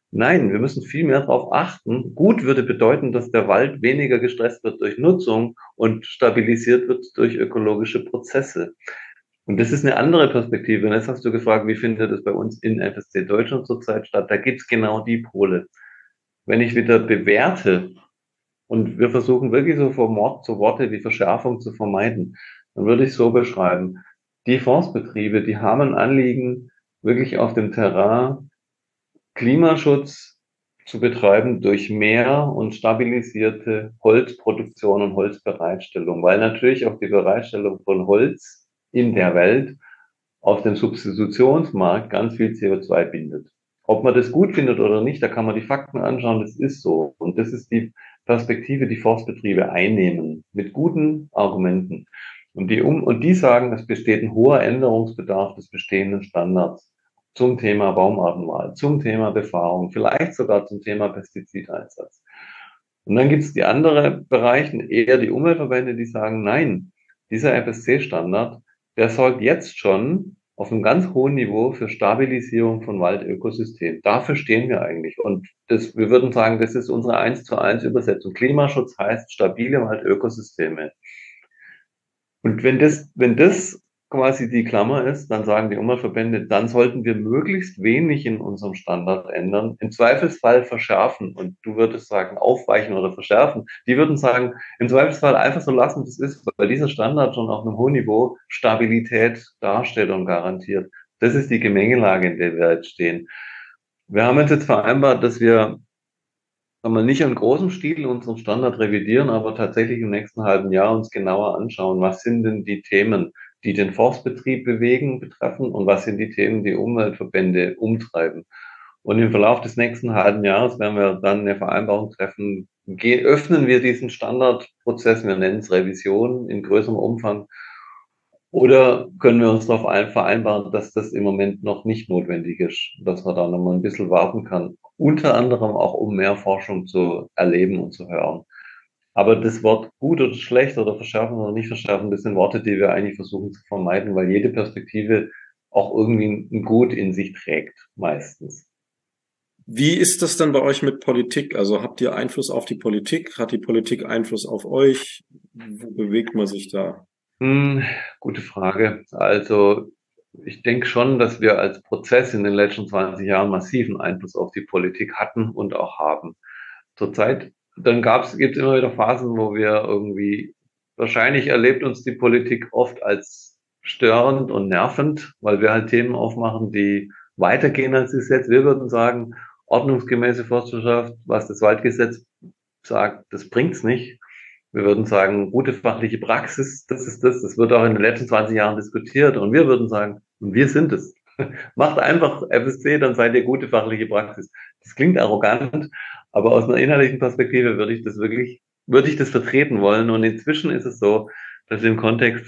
Nein, wir müssen viel mehr darauf achten. Gut würde bedeuten, dass der Wald weniger gestresst wird durch Nutzung und stabilisiert wird durch ökologische Prozesse. Und das ist eine andere Perspektive. Und jetzt hast du gefragt, wie findet das bei uns in FSC Deutschland zurzeit statt? Da gibt's genau die Pole. Wenn ich wieder bewerte und wir versuchen wirklich so vom Wort zu Worte die Verschärfung zu vermeiden, dann würde ich so beschreiben. Die Forstbetriebe, die haben ein Anliegen, wirklich auf dem Terrain Klimaschutz zu betreiben durch mehr und stabilisierte Holzproduktion und Holzbereitstellung, weil natürlich auch die Bereitstellung von Holz in der Welt auf dem Substitutionsmarkt ganz viel CO2 bindet. Ob man das gut findet oder nicht, da kann man die Fakten anschauen, das ist so. Und das ist die Perspektive, die Forstbetriebe einnehmen, mit guten Argumenten. Und die sagen, es besteht ein hoher Änderungsbedarf des bestehenden Standards zum Thema Baumartenwahl, zum Thema Befahrung, vielleicht sogar zum Thema Pestizideinsatz. Und dann gibt es die andere Bereiche, eher die Umweltverbände, die sagen, nein, dieser FSC-Standard, der sorgt jetzt schon auf einem ganz hohen Niveau für Stabilisierung von Waldökosystemen. Dafür stehen wir eigentlich. Und wir würden sagen, das ist unsere 1:1 Übersetzung. Klimaschutz heißt stabile Waldökosysteme. Und wenn das quasi die Klammer ist, dann sagen die Umweltverbände, dann sollten wir möglichst wenig in unserem Standard ändern, im Zweifelsfall verschärfen. Und du würdest sagen, aufweichen oder verschärfen. Die würden sagen, im Zweifelsfall einfach so lassen, wie es ist, weil dieser Standard schon auf einem hohen Niveau Stabilität darstellt und garantiert. Das ist die Gemengelage, in der wir jetzt stehen. Wir haben uns jetzt vereinbart, dass wir nicht im großen Stil unseren Standard revidieren, aber tatsächlich im nächsten halben Jahr uns genauer anschauen, was sind denn die Themen, die den Forstbetrieb betreffen und was sind die Themen, die Umweltverbände umtreiben. Und im Verlauf des nächsten halben Jahres werden wir dann eine Vereinbarung treffen, öffnen wir diesen Standardprozess, wir nennen es Revision in größerem Umfang, oder können wir uns darauf vereinbaren, dass das im Moment noch nicht notwendig ist, dass man da noch mal ein bisschen warten kann? Unter anderem auch, um mehr Forschung zu erleben und zu hören. Aber das Wort gut oder schlecht oder verschärfen oder nicht verschärfen, das sind Worte, die wir eigentlich versuchen zu vermeiden, weil jede Perspektive auch irgendwie ein Gut in sich trägt, meistens. Wie ist das dann bei euch mit Politik? Also habt ihr Einfluss auf die Politik? Hat die Politik Einfluss auf euch? Wo bewegt man sich da? Hm, gute Frage. Also ich denke schon, dass wir als Prozess in den letzten 20 Jahren massiven Einfluss auf die Politik hatten und auch haben. Zurzeit, dann gibt es immer wieder Phasen, wo wir irgendwie, wahrscheinlich erlebt uns die Politik oft als störend und nervend, weil wir halt Themen aufmachen, die weitergehen als es jetzt. Wir würden sagen, ordnungsgemäße Forstwirtschaft, was das Waldgesetz sagt, das bringt's nicht. Wir würden sagen, gute fachliche Praxis, das ist das. Das wird auch in den letzten 20 Jahren diskutiert. Und wir würden sagen, und wir sind es. Macht einfach FSC, dann seid ihr gute fachliche Praxis. Das klingt arrogant, aber aus einer inhaltlichen Perspektive würde ich das vertreten wollen. Und inzwischen ist es so, dass im Kontext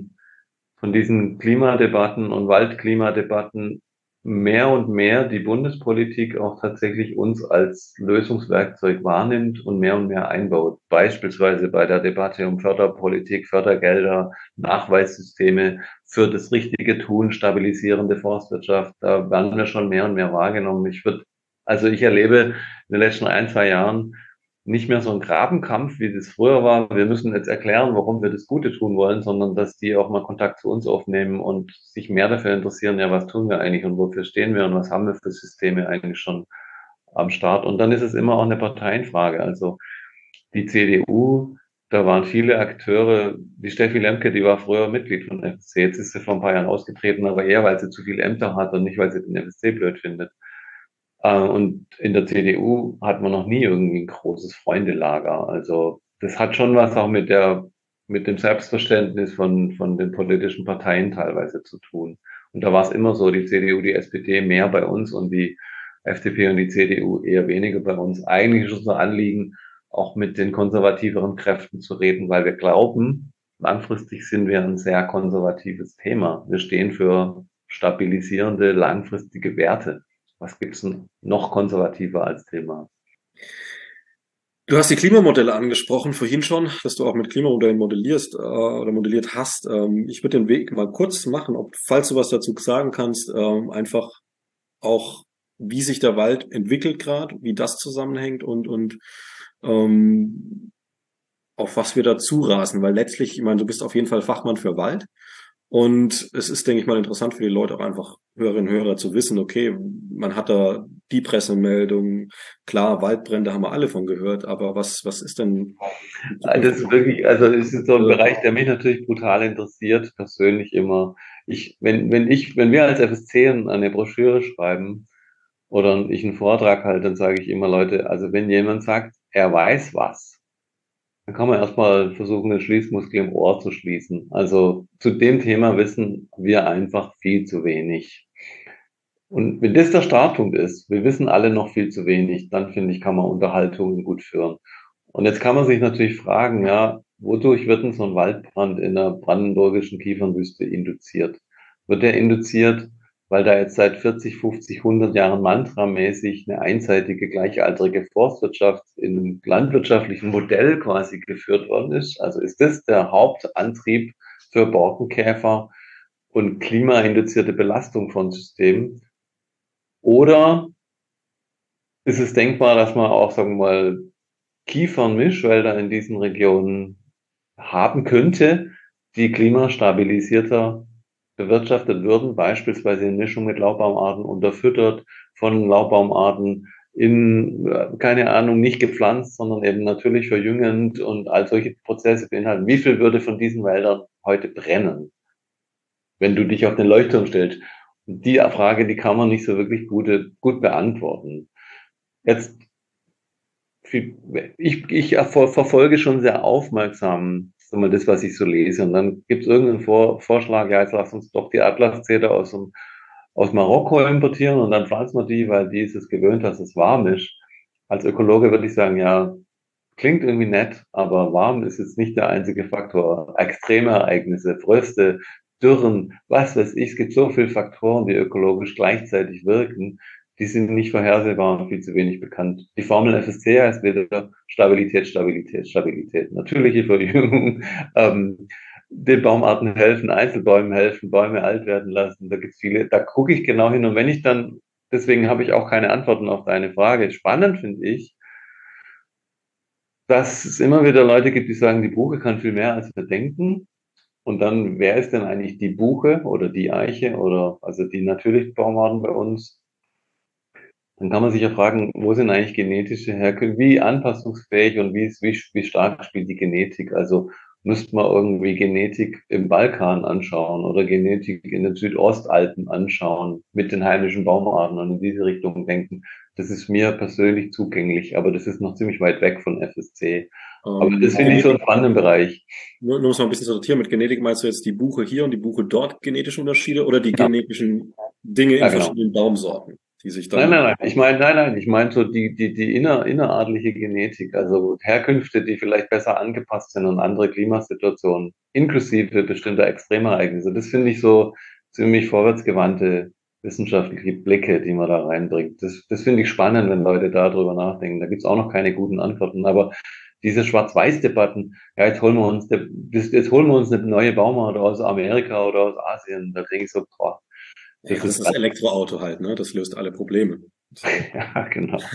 von diesen Klimadebatten und Waldklimadebatten mehr und mehr die Bundespolitik auch tatsächlich uns als Lösungswerkzeug wahrnimmt und mehr einbaut. Beispielsweise bei der Debatte um Förderpolitik, Fördergelder, Nachweissysteme für das richtige Tun, stabilisierende Forstwirtschaft. Da werden wir schon mehr und mehr wahrgenommen. Ich erlebe in den letzten 1, 2 Jahren nicht mehr so ein Grabenkampf, wie das früher war. Wir müssen jetzt erklären, warum wir das Gute tun wollen, sondern dass die auch mal Kontakt zu uns aufnehmen und sich mehr dafür interessieren, ja, was tun wir eigentlich und wofür stehen wir und was haben wir für Systeme eigentlich schon am Start. Und dann ist es immer auch eine Parteienfrage. Also die CDU, da waren viele Akteure, die Steffi Lemke, die war früher Mitglied von FSC, jetzt ist sie vor ein paar Jahren ausgetreten, aber eher, weil sie zu viele Ämter hat und nicht, weil sie den FSC blöd findet. Und in der CDU hat man noch nie irgendwie ein großes Freundelager. Also das hat schon was auch mit dem Selbstverständnis von den politischen Parteien teilweise zu tun. Und da war es immer so, die CDU, die SPD mehr bei uns und die FDP und die CDU eher weniger bei uns. Eigentlich ist unser Anliegen, auch mit den konservativeren Kräften zu reden, weil wir glauben, langfristig sind wir ein sehr konservatives Thema. Wir stehen für stabilisierende, langfristige Werte. Was gibt's denn noch konservativer als Thema? Du hast die Klimamodelle angesprochen, vorhin schon, dass du auch mit Klimamodellen modellierst oder modelliert hast. Ich würde den Weg mal kurz machen, falls du was dazu sagen kannst, einfach auch wie sich der Wald entwickelt gerade, wie das zusammenhängt und ähm, auf was wir da zurasen, weil letztlich, ich meine, du bist auf jeden Fall Fachmann für Wald und es ist, denke ich mal, interessant für die Leute auch einfach Hörerinnen und Hörer zu wissen, okay, man hat da die Pressemeldung, klar, Waldbrände haben wir alle von gehört, aber was ist denn in Zukunft? Das ist wirklich, also es ist so ein Bereich, der mich natürlich brutal interessiert, persönlich immer. Wenn wir als FSC eine Broschüre schreiben oder ich einen Vortrag halte, dann sage ich immer, Leute, also wenn jemand sagt, er weiß was, dann kann man erstmal versuchen, den Schließmuskel im Ohr zu schließen. Also zu dem Thema wissen wir einfach viel zu wenig. Und wenn das der Startpunkt ist, wir wissen alle noch viel zu wenig, dann finde ich, kann man Unterhaltungen gut führen. Und jetzt kann man sich natürlich fragen, ja, wodurch wird denn so ein Waldbrand in der brandenburgischen Kiefernwüste induziert? Wird der induziert, weil da jetzt seit 40, 50, 100 Jahren mantramäßig eine einseitige, gleichaltrige Forstwirtschaft in einem landwirtschaftlichen Modell quasi geführt worden ist? Also ist das der Hauptantrieb für Borkenkäfer und klimainduzierte Belastung von Systemen? Oder ist es denkbar, dass man auch, sagen wir mal, Kiefernmischwälder in diesen Regionen haben könnte, die klimastabilisierter bewirtschaftet würden, beispielsweise in Mischung mit Laubbaumarten, unterfüttert von Laubbaumarten keine Ahnung, nicht gepflanzt, sondern eben natürlich verjüngend und all solche Prozesse beinhalten. Wie viel würde von diesen Wäldern heute brennen, wenn du dich auf den Leuchtturm stellst? Und die Frage, die kann man nicht so wirklich gut beantworten. Jetzt verfolge schon sehr aufmerksam sag mal, das, was ich so lese. Und dann gibt es irgendeinen Vorschlag, ja, jetzt lass uns doch die Atlaszeder aus Marokko importieren und dann pflanzen wir die, weil die ist es gewöhnt, dass es warm ist. Als Ökologe würde ich sagen, ja, klingt irgendwie nett, aber warm ist jetzt nicht der einzige Faktor. Extremereignisse, Fröste, Dürren, was weiß ich, es gibt so viele Faktoren, die ökologisch gleichzeitig wirken, die sind nicht vorhersehbar und viel zu wenig bekannt. Die Formel FSC heißt wieder Stabilität, Stabilität, Stabilität. Natürliche Verjüngung, den Baumarten helfen, Einzelbäumen helfen, Bäume alt werden lassen. Da gibt's viele, da gucke ich genau hin. Und wenn ich dann, deswegen habe ich auch keine Antworten auf deine Frage. Spannend finde ich, dass es immer wieder Leute gibt, die sagen, die Buche kann viel mehr, als wir denken. Und dann, wer ist denn eigentlich die Buche oder die Eiche oder also die natürlichen Baumarten bei uns? Dann kann man sich ja fragen, wo sind eigentlich genetische Herkünfte, wie anpassungsfähig und wie stark spielt die Genetik? Also müsste man irgendwie Genetik im Balkan anschauen oder Genetik in den Südostalpen anschauen mit den heimischen Baumarten und in diese Richtung denken. Das ist mir persönlich zugänglich, aber das ist noch ziemlich weit weg von FSC. Aber das finde ich so einen Genetik, spannenden Bereich. nur um es mal ein bisschen zu sortieren, mit Genetik meinst du jetzt die Buche hier und die Buche dort genetische Unterschiede oder die Ja, genetischen Dinge in ja, genau. verschiedenen Baumsorten, die sich Nein, nein, dann. nein. Ich meine so die innerartliche Genetik, also Herkünfte, die vielleicht besser angepasst sind an andere Klimasituationen, inklusive bestimmter Extremereignisse. Das finde ich so ziemlich vorwärtsgewandte wissenschaftliche Blicke, die man da reinbringt. Das finde ich spannend, wenn Leute darüber nachdenken. Da gibt's auch noch keine guten Antworten, aber diese Schwarz-Weiß-Debatten, ja, jetzt holen wir uns eine neue Baumart aus Amerika oder aus Asien. Da denke ich so, boah, Ja, das das ist ist das Elektroauto halt, ne? Das löst alle Probleme. So. ja, genau.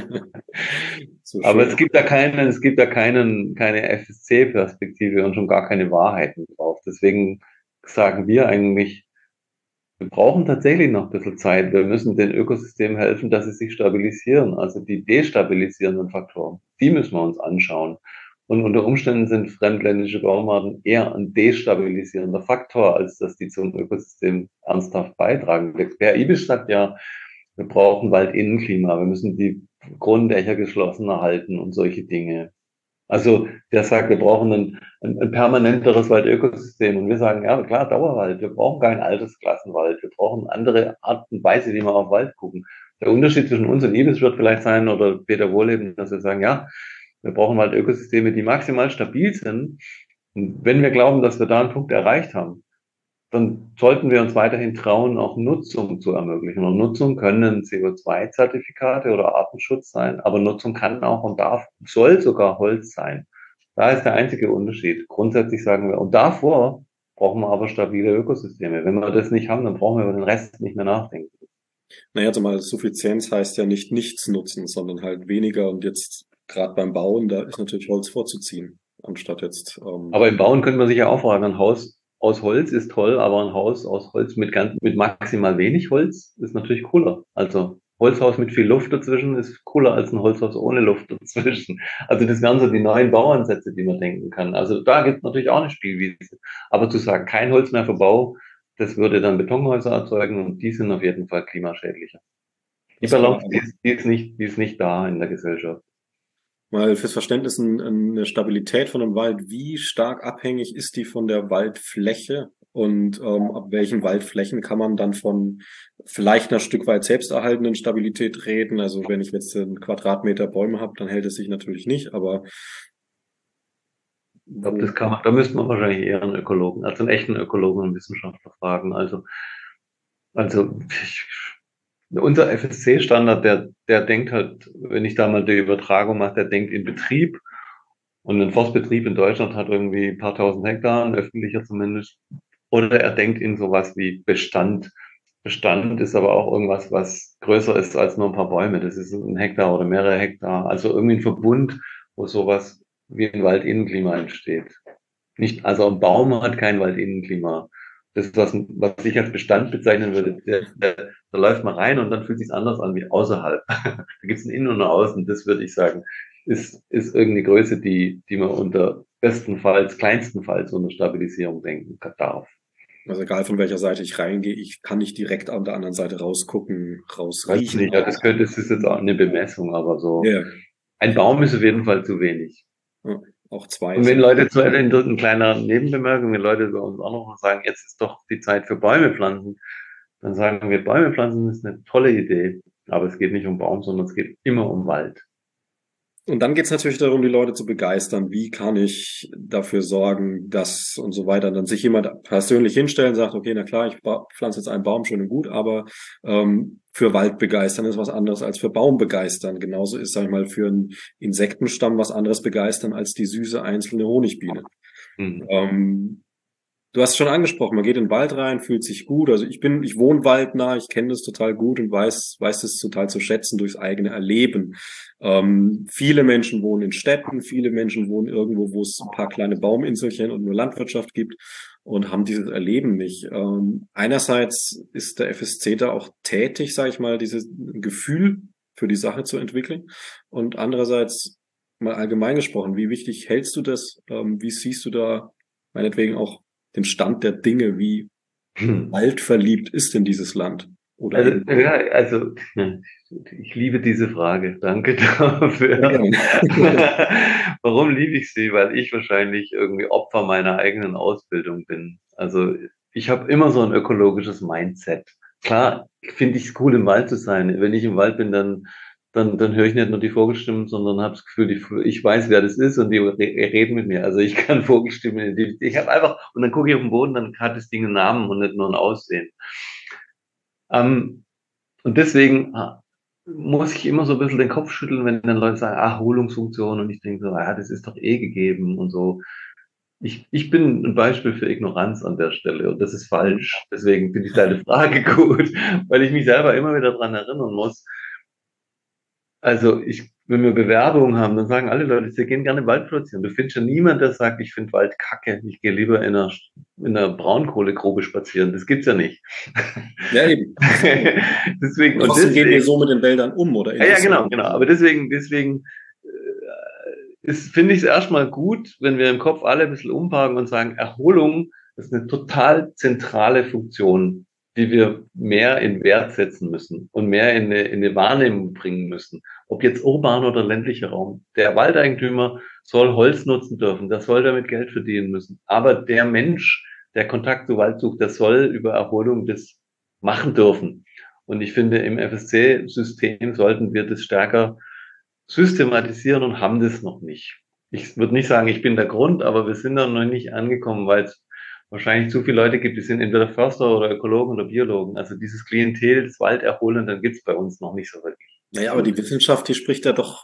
So Aber schön. es gibt da keine FSC-Perspektive und schon gar keine Wahrheiten drauf. Deswegen sagen wir eigentlich, wir brauchen tatsächlich noch ein bisschen Zeit. Wir müssen den Ökosystemen helfen, dass sie sich stabilisieren. Also die destabilisierenden Faktoren, die müssen wir uns anschauen. Und unter Umständen sind fremdländische Baumarten eher ein destabilisierender Faktor, als dass die zum Ökosystem ernsthaft beitragen. Der Per Ibisch sagt ja, wir brauchen Waldinnenklima, wir müssen die Grunddächer geschlossen erhalten und solche Dinge. Also der sagt, wir brauchen ein permanenteres Waldökosystem. Und wir sagen, ja klar, Dauerwald. Wir brauchen keinen Altersklassenwald. Wir brauchen andere Art und Weise, wie wir auf Wald gucken. Der Unterschied zwischen uns und Ibis wird vielleicht sein, oder Peter Wohleben, dass wir sagen, ja, wir brauchen Waldökosysteme, die maximal stabil sind. Und wenn wir glauben, dass wir da einen Punkt erreicht haben, dann sollten wir uns weiterhin trauen, auch Nutzung zu ermöglichen. Und Nutzung können CO2-Zertifikate oder Artenschutz sein, aber Nutzung kann auch und darf, soll sogar Holz sein. Da ist der einzige Unterschied. Grundsätzlich sagen wir, und davor brauchen wir aber stabile Ökosysteme. Wenn wir das nicht haben, dann brauchen wir über den Rest nicht mehr nachdenken. Naja, zumal Suffizienz heißt ja nicht nichts nutzen, sondern halt weniger. Und jetzt gerade beim Bauen, da ist natürlich Holz vorzuziehen, anstatt jetzt, Aber im Bauen könnte man sich ja auch fragen, ein Haus aus Holz ist toll, aber ein Haus aus Holz mit maximal wenig Holz ist natürlich cooler. Also Holzhaus mit viel Luft dazwischen ist cooler als ein Holzhaus ohne Luft dazwischen. Also das wären so die neuen Bauansätze, die man denken kann. Also da gibt es natürlich auch eine Spielwiese. Aber zu sagen, kein Holz mehr für Bau, das würde dann Betonhäuser erzeugen und die sind auf jeden Fall klimaschädlicher. Die das ist klar. Balance, die ist nicht da in der Gesellschaft. Mal fürs Verständnis eine Stabilität von einem Wald, wie stark abhängig ist die von der Waldfläche und ab welchen Waldflächen kann man dann von vielleicht einer Stück weit selbsterhaltenden Stabilität reden? Also wenn ich jetzt einen Quadratmeter Bäume habe, dann hält es sich natürlich nicht, aber Ich glaube, wo, da müsste man wahrscheinlich eher einen Ökologen, also einen echten Ökologen und Wissenschaftler fragen. Also ich, unser FSC-Standard, der denkt halt, wenn ich da mal die Übertragung mache, der denkt in Betrieb. Und ein Forstbetrieb in Deutschland hat irgendwie ein paar tausend Hektar, ein öffentlicher zumindest. Oder er denkt in sowas wie Bestand. Bestand ist aber auch irgendwas, was größer ist als nur ein paar Bäume. Das ist ein Hektar oder mehrere Hektar. Also irgendwie ein Verbund, wo sowas wie ein Waldinnenklima entsteht. Nicht, also ein Baum hat kein Waldinnenklima. Das, was ich als Bestand bezeichnen würde, da läuft man rein und dann fühlt es sich anders an wie außerhalb. Da gibt es ein Innen und ein Außen. Das würde ich sagen, ist irgendeine Größe, die man unter bestenfalls, kleinstenfalls unter Stabilisierung denken darf. also egal von welcher Seite ich reingehe, ich kann nicht direkt an der anderen Seite rausgucken, Weiß rausriechen. nicht, ja, das ist jetzt auch eine Bemessung, aber so. Ja, Ein Baum ist auf jeden Fall zu wenig. ja, auch zwei Und ist wenn Leute zu eine kleine Nebenbemerkung, wenn Leute bei uns auch noch sagen, jetzt ist doch die Zeit für Bäume pflanzen, dann sagen wir, Bäume pflanzen ist eine tolle Idee. Aber es geht nicht um Baum, sondern es geht immer um Wald. Und dann geht es natürlich darum, die Leute zu begeistern. Wie kann ich dafür sorgen, dass und so weiter. Dann sich jemand persönlich hinstellen, sagt, okay, na klar, ich pflanze jetzt einen Baum, schön und gut, aber für Wald begeistern ist was anderes als für Baum begeistern. Genauso ist, sag ich mal, für einen Insektenstamm was anderes begeistern als die süße einzelne Honigbiene. Mhm. Ähm, Du hast es schon angesprochen, man geht in den Wald rein, fühlt sich gut. Also ich wohne waldnah, ich kenne das total gut und weiß es total zu schätzen durchs eigene Erleben. Viele Menschen wohnen in Städten, viele Menschen wohnen irgendwo, wo es ein paar kleine Bauminselchen und nur Landwirtschaft gibt und haben dieses Erleben nicht. Einerseits ist der FSC da auch tätig, sage ich mal, dieses Gefühl für die Sache zu entwickeln. Und andererseits mal allgemein gesprochen, wie wichtig hältst du das? Wie siehst du da meinetwegen auch den Stand der Dinge, wie waldverliebt ist denn dieses Land? Oder Also, eben, ja, also, ich liebe diese Frage. Danke sehr dafür. gerne. Warum liebe ich sie? Weil ich wahrscheinlich irgendwie Opfer meiner eigenen Ausbildung bin. Also, ich habe immer so ein ökologisches Mindset. Klar, finde ich es cool, im Wald zu sein. Wenn ich im Wald bin, dann höre ich nicht nur die Vogelstimmen, sondern habe das Gefühl, ich weiß, wer das ist und die reden mit mir. Also ich kann Vogelstimmen, ich habe einfach, und dann gucke ich auf den Boden, dann hat das Ding einen Namen und nicht nur ein Aussehen. Ähm, und deswegen muss ich immer so ein bisschen den Kopf schütteln, wenn dann Leute sagen, Erholungsfunktion und ich denke so, ja, das ist doch eh gegeben und so. Ich bin ein Beispiel für Ignoranz an der Stelle und das ist falsch. Deswegen finde ich deine Frage gut, weil ich mich selber immer wieder dran erinnern muss. Also wenn wir Bewerbungen haben, dann sagen alle Leute, sie gehen gerne Wald spazieren. Du findest ja niemanden, der sagt, ich finde Wald kacke, ich gehe lieber in einer Braunkohlegrube spazieren. Das gibt's ja nicht. Ja, eben. Deswegen, Und und trotzdem gehen wir deswegen, so mit den Wäldern um oder ja, interessiert genau. uns. Aber deswegen finde ich es erstmal gut, wenn wir im Kopf alle ein bisschen umparken und sagen, Erholung ist eine total zentrale Funktion, die wir mehr in Wert setzen müssen und mehr in eine Wahrnehmung bringen müssen. Ob jetzt urban oder ländlicher Raum. Der Waldeigentümer soll Holz nutzen dürfen, der soll damit Geld verdienen müssen. Aber der Mensch, der Kontakt zu Wald sucht, der soll über Erholung das machen dürfen. Und ich finde, im FSC-System sollten wir das stärker systematisieren und haben das noch nicht. Ich würde nicht sagen, ich bin der Grund, aber wir sind da noch nicht angekommen, weil es wahrscheinlich zu viele Leute gibt, die sind entweder Förster oder Ökologen oder Biologen. Also dieses Klientel des Walderholenden gibt es bei uns noch nicht so wirklich. Naja, aber die Wissenschaft, die spricht ja doch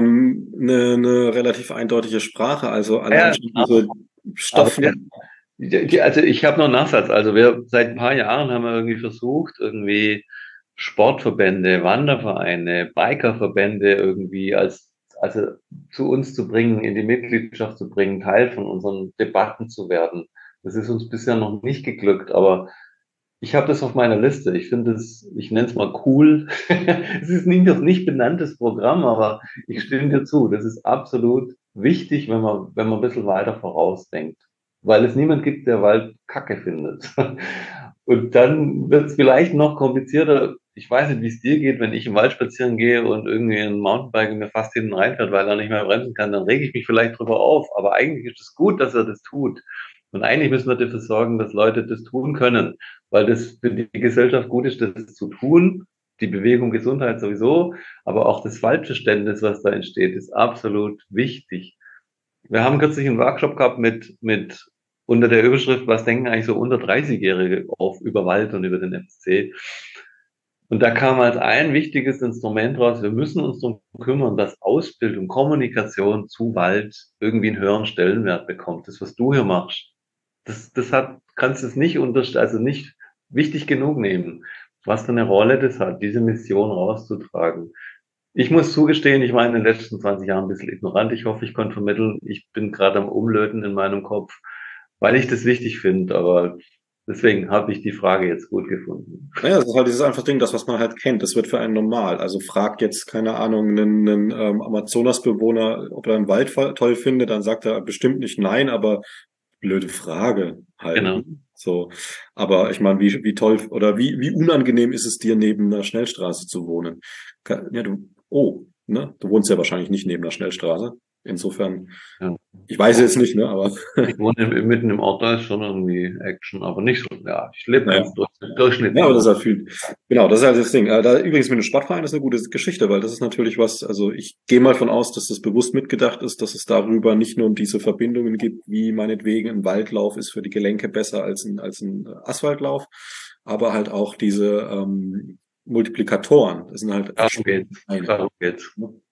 eine relativ eindeutige Sprache. Also allein Ja, schon diese aber Stoffen. also ich habe noch einen Nachsatz. Also wir seit ein paar Jahren haben wir irgendwie versucht, irgendwie Sportverbände, Wandervereine, Bikerverbände irgendwie also zu uns zu bringen, in die Mitgliedschaft zu bringen, Teil von unseren Debatten zu werden. Das ist uns bisher noch nicht geglückt, aber ich habe das auf meiner Liste. Ich finde es, ich nenne es mal cool. Es ist nicht benanntes Programm, aber ich stimme dir zu. Das ist absolut wichtig, wenn man ein bisschen weiter vorausdenkt. Weil es niemand gibt, der Wald Kacke findet. Und dann wird es vielleicht noch komplizierter. Ich weiß nicht, wie es dir geht, wenn ich im Wald spazieren gehe und irgendwie ein Mountainbiker mir fast hinten reinfährt, weil er nicht mehr bremsen kann, dann rege ich mich vielleicht drüber auf. Aber eigentlich ist es gut, dass er das tut. Und eigentlich müssen wir dafür sorgen, dass Leute das tun können, weil das für die Gesellschaft gut ist, das zu tun. Die Bewegung Gesundheit sowieso, aber auch das Waldverständnis, was da entsteht, ist absolut wichtig. Wir haben kürzlich einen Workshop gehabt mit unter der Überschrift, was denken eigentlich so unter 30-Jährige auf über Wald und über den FSC? Und da kam als ein wichtiges Instrument raus, wir müssen uns darum kümmern, dass Ausbildung, Kommunikation zu Wald irgendwie einen höheren Stellenwert bekommt. Das, was du hier machst, kannst du es nicht also nicht wichtig genug nehmen, was für eine Rolle das hat, diese Mission rauszutragen. Ich muss zugestehen, ich war in den letzten 20 Jahren ein bisschen ignorant. Ich hoffe, ich konnte vermitteln. Ich bin gerade am Umlöten in meinem Kopf, weil ich das wichtig finde. Aber deswegen habe ich die Frage jetzt gut gefunden. Naja, das ist halt dieses einfach Ding, das, was man halt kennt, das wird für einen normal. Also fragt jetzt, keine Ahnung, einen Amazonasbewohner, ob er einen Wald toll findet, dann sagt er bestimmt nicht nein, aber blöde Frage halt. Genau. Ne? So, aber ich meine, wie toll oder wie unangenehm ist es dir, neben einer Schnellstraße zu wohnen? Ja, ne? Du wohnst ja wahrscheinlich nicht neben einer Schnellstraße. Insofern, Ja. ich weiß jetzt nicht, ne, aber Ich wohne mitten im Ort, da ist schon irgendwie Action, aber nicht so. Ja, ich lebe naja. ganz Ja, aber durchschnittlich. das ist halt viel. Genau, das ist halt das Ding. Da übrigens mit dem Sportverein ist eine gute Geschichte, weil das ist natürlich was, also ich gehe mal von aus, dass das bewusst mitgedacht ist, dass es darüber nicht nur diese Verbindungen gibt, wie meinetwegen ein Waldlauf ist für die Gelenke besser als ein Asphaltlauf, aber halt auch diese Multiplikatoren. Das sind halt Darum verschiedene geht's. Vereine. Darum geht's.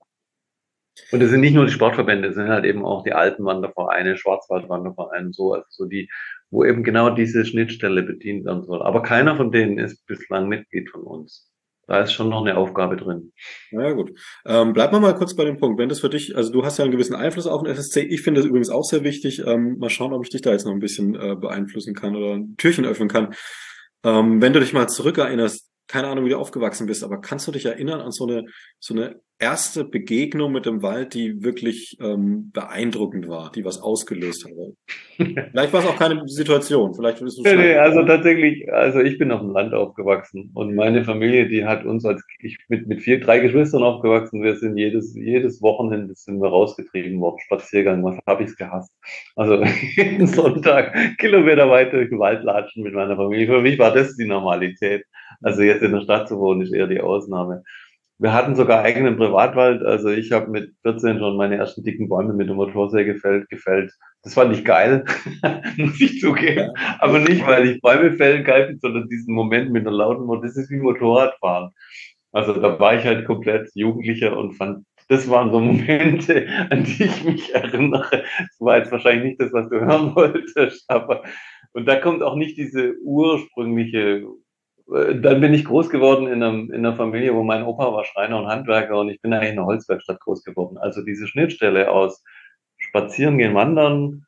Und es sind nicht nur die Sportverbände, es sind halt eben auch die Alpenwandervereine, Schwarzwaldwandervereine, so, also so die, wo eben genau diese Schnittstelle bedient werden soll. Aber keiner von denen ist bislang Mitglied von uns. Da ist schon noch eine Aufgabe drin. Na ja, gut. Bleiben wir mal kurz bei dem Punkt. Wenn das für dich, also du hast ja einen gewissen Einfluss auf den FSC. Ich finde das übrigens auch sehr wichtig. Mal schauen, ob ich dich da jetzt noch ein bisschen beeinflussen kann oder ein Türchen öffnen kann. Wenn du dich mal zurückerinnerst, keine Ahnung, wie du aufgewachsen bist, aber kannst du dich erinnern an so eine erste Begegnung mit dem Wald, die wirklich beeindruckend war, die was ausgelöst hat? Vielleicht war es auch keine Situation. Vielleicht bist du Nee, schon. nee, also tatsächlich, also ich bin auf dem Land aufgewachsen und meine Familie, die hat uns ich mit drei Geschwistern aufgewachsen. Wir sind jedes Wochenende sind wir rausgetrieben worden, Spaziergang, was habe ich's gehasst. Also jeden Sonntag Kilometer weit durch den Wald latschen mit meiner Familie. Für mich war das die Normalität. Also jetzt in der Stadt zu wohnen, ist eher die Ausnahme. Wir hatten sogar eigenen Privatwald. Also ich habe mit 14 schon meine ersten dicken Bäume mit der Motorsäge gefällt. Das fand ich geil, muss ich zugeben. Aber nicht, weil ich Bäume fällen geil finde, sondern diesen Moment mit einer lauten Motor. Das ist wie Motorradfahren. Also da war ich halt komplett Jugendlicher und fand, das waren so Momente, an die ich mich erinnere. Das war jetzt wahrscheinlich nicht das, was du hören wolltest, aber und da kommt auch nicht diese ursprüngliche. Dann bin ich groß geworden in einer Familie, wo mein Opa war Schreiner und Handwerker und ich bin eigentlich in einer Holzwerkstatt groß geworden. Also diese Schnittstelle aus Spazieren gehen, wandern,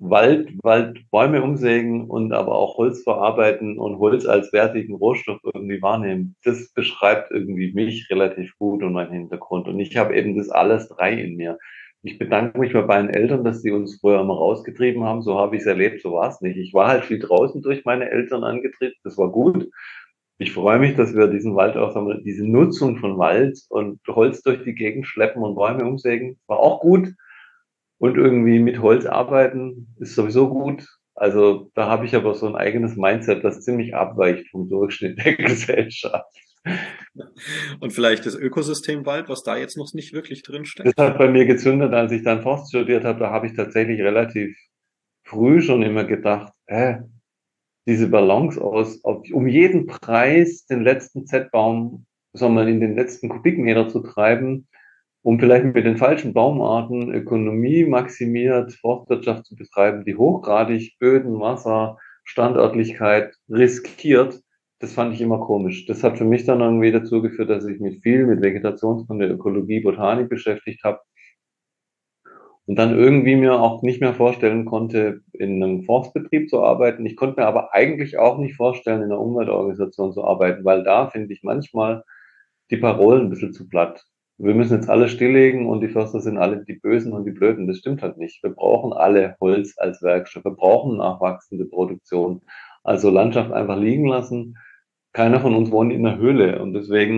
Bäume umsägen und aber auch Holz verarbeiten und Holz als wertigen Rohstoff irgendwie wahrnehmen. Das beschreibt irgendwie mich relativ gut und meinen Hintergrund. Und ich habe eben das alles drei in mir. Ich bedanke mich bei meinen Eltern, dass sie uns früher immer rausgetrieben haben. So habe ich es erlebt, so war es nicht. Ich war halt viel draußen durch meine Eltern angetrieben. Das war gut. Ich freue mich, dass wir diesen Wald auch haben, diese Nutzung von Wald und Holz durch die Gegend schleppen und Bäume umsägen, war auch gut. Und irgendwie mit Holz arbeiten ist sowieso gut. Also da habe ich aber so ein eigenes Mindset, das ziemlich abweicht vom Durchschnitt der Gesellschaft. Und vielleicht das Ökosystem Wald, was da jetzt noch nicht wirklich drin Das steckt. hat bei mir gezündet, als ich dann Forst studiert habe. Da habe ich tatsächlich relativ früh schon immer gedacht, diese Balance um jeden Preis den letzten Z-Baum, sagen wir, in den letzten Kubikmeter zu treiben, um vielleicht mit den falschen Baumarten Ökonomie maximiert Forstwirtschaft zu betreiben, die hochgradig Böden, Wasser, Standörtlichkeit riskiert, Das fand ich immer komisch. Das hat für mich dann irgendwie dazu geführt, dass ich mich viel mit Vegetationskunde, Ökologie, Botanik beschäftigt habe und dann irgendwie mir auch nicht mehr vorstellen konnte, in einem Forstbetrieb zu arbeiten. Ich konnte mir aber eigentlich auch nicht vorstellen, in einer Umweltorganisation zu arbeiten, weil da finde ich manchmal die Parolen ein bisschen zu platt. Wir müssen jetzt alle stilllegen und die Förster sind alle die Bösen und die Blöden. Das stimmt halt nicht. Wir brauchen alle Holz als Werkstoff. Wir brauchen nachwachsende Produktion. Also Landschaft einfach liegen lassen. Keiner von uns wohnt in einer Höhle und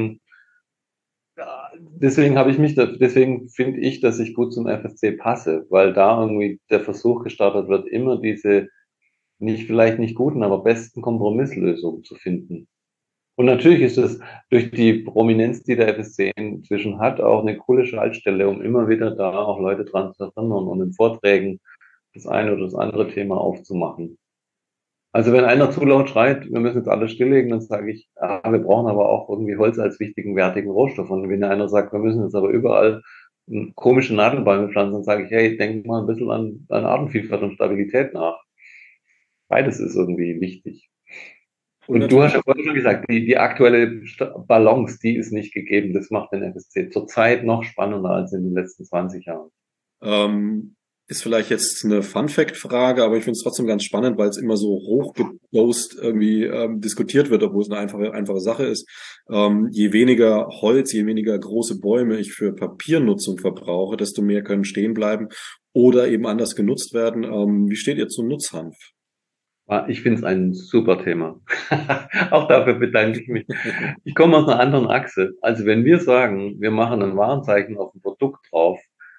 deswegen finde ich, dass ich gut zum FSC passe, weil da irgendwie der Versuch gestartet wird, immer diese vielleicht nicht guten, aber besten Kompromisslösungen zu finden. Und natürlich ist es durch die Prominenz, die der FSC inzwischen hat, auch eine coole Schaltstelle, um immer wieder da auch Leute dran zu erinnern und in Vorträgen das eine oder das andere Thema aufzumachen. Also wenn einer zu laut schreit, wir müssen jetzt alles stilllegen, dann sage ich, wir brauchen aber auch irgendwie Holz als wichtigen, wertigen Rohstoff. Und wenn einer sagt, wir müssen jetzt aber überall komische Nadelbäume pflanzen, dann sage ich, hey, denk mal ein bisschen an Artenvielfalt und Stabilität nach. Beides ist irgendwie wichtig. Und Und du hast natürlich ja vorhin schon gesagt, die aktuelle Balance, die ist nicht gegeben. Das macht den FSC zurzeit noch spannender als in den letzten 20 Jahren. ist vielleicht jetzt eine Fun-Fact-Frage, aber ich finde es trotzdem ganz spannend, weil es immer so hochgedost irgendwie diskutiert wird, obwohl es eine einfache Sache ist. Je weniger Holz, je weniger große Bäume ich für Papiernutzung verbrauche, desto mehr können stehen bleiben oder eben anders genutzt werden. Wie steht ihr zu Nutzhanf? Ich finde es ein super Thema. Auch dafür bedanke ich mich. Ich komme aus einer anderen Achse. Also wenn wir sagen, wir machen ein Warenzeichen auf ein Produkt drauf,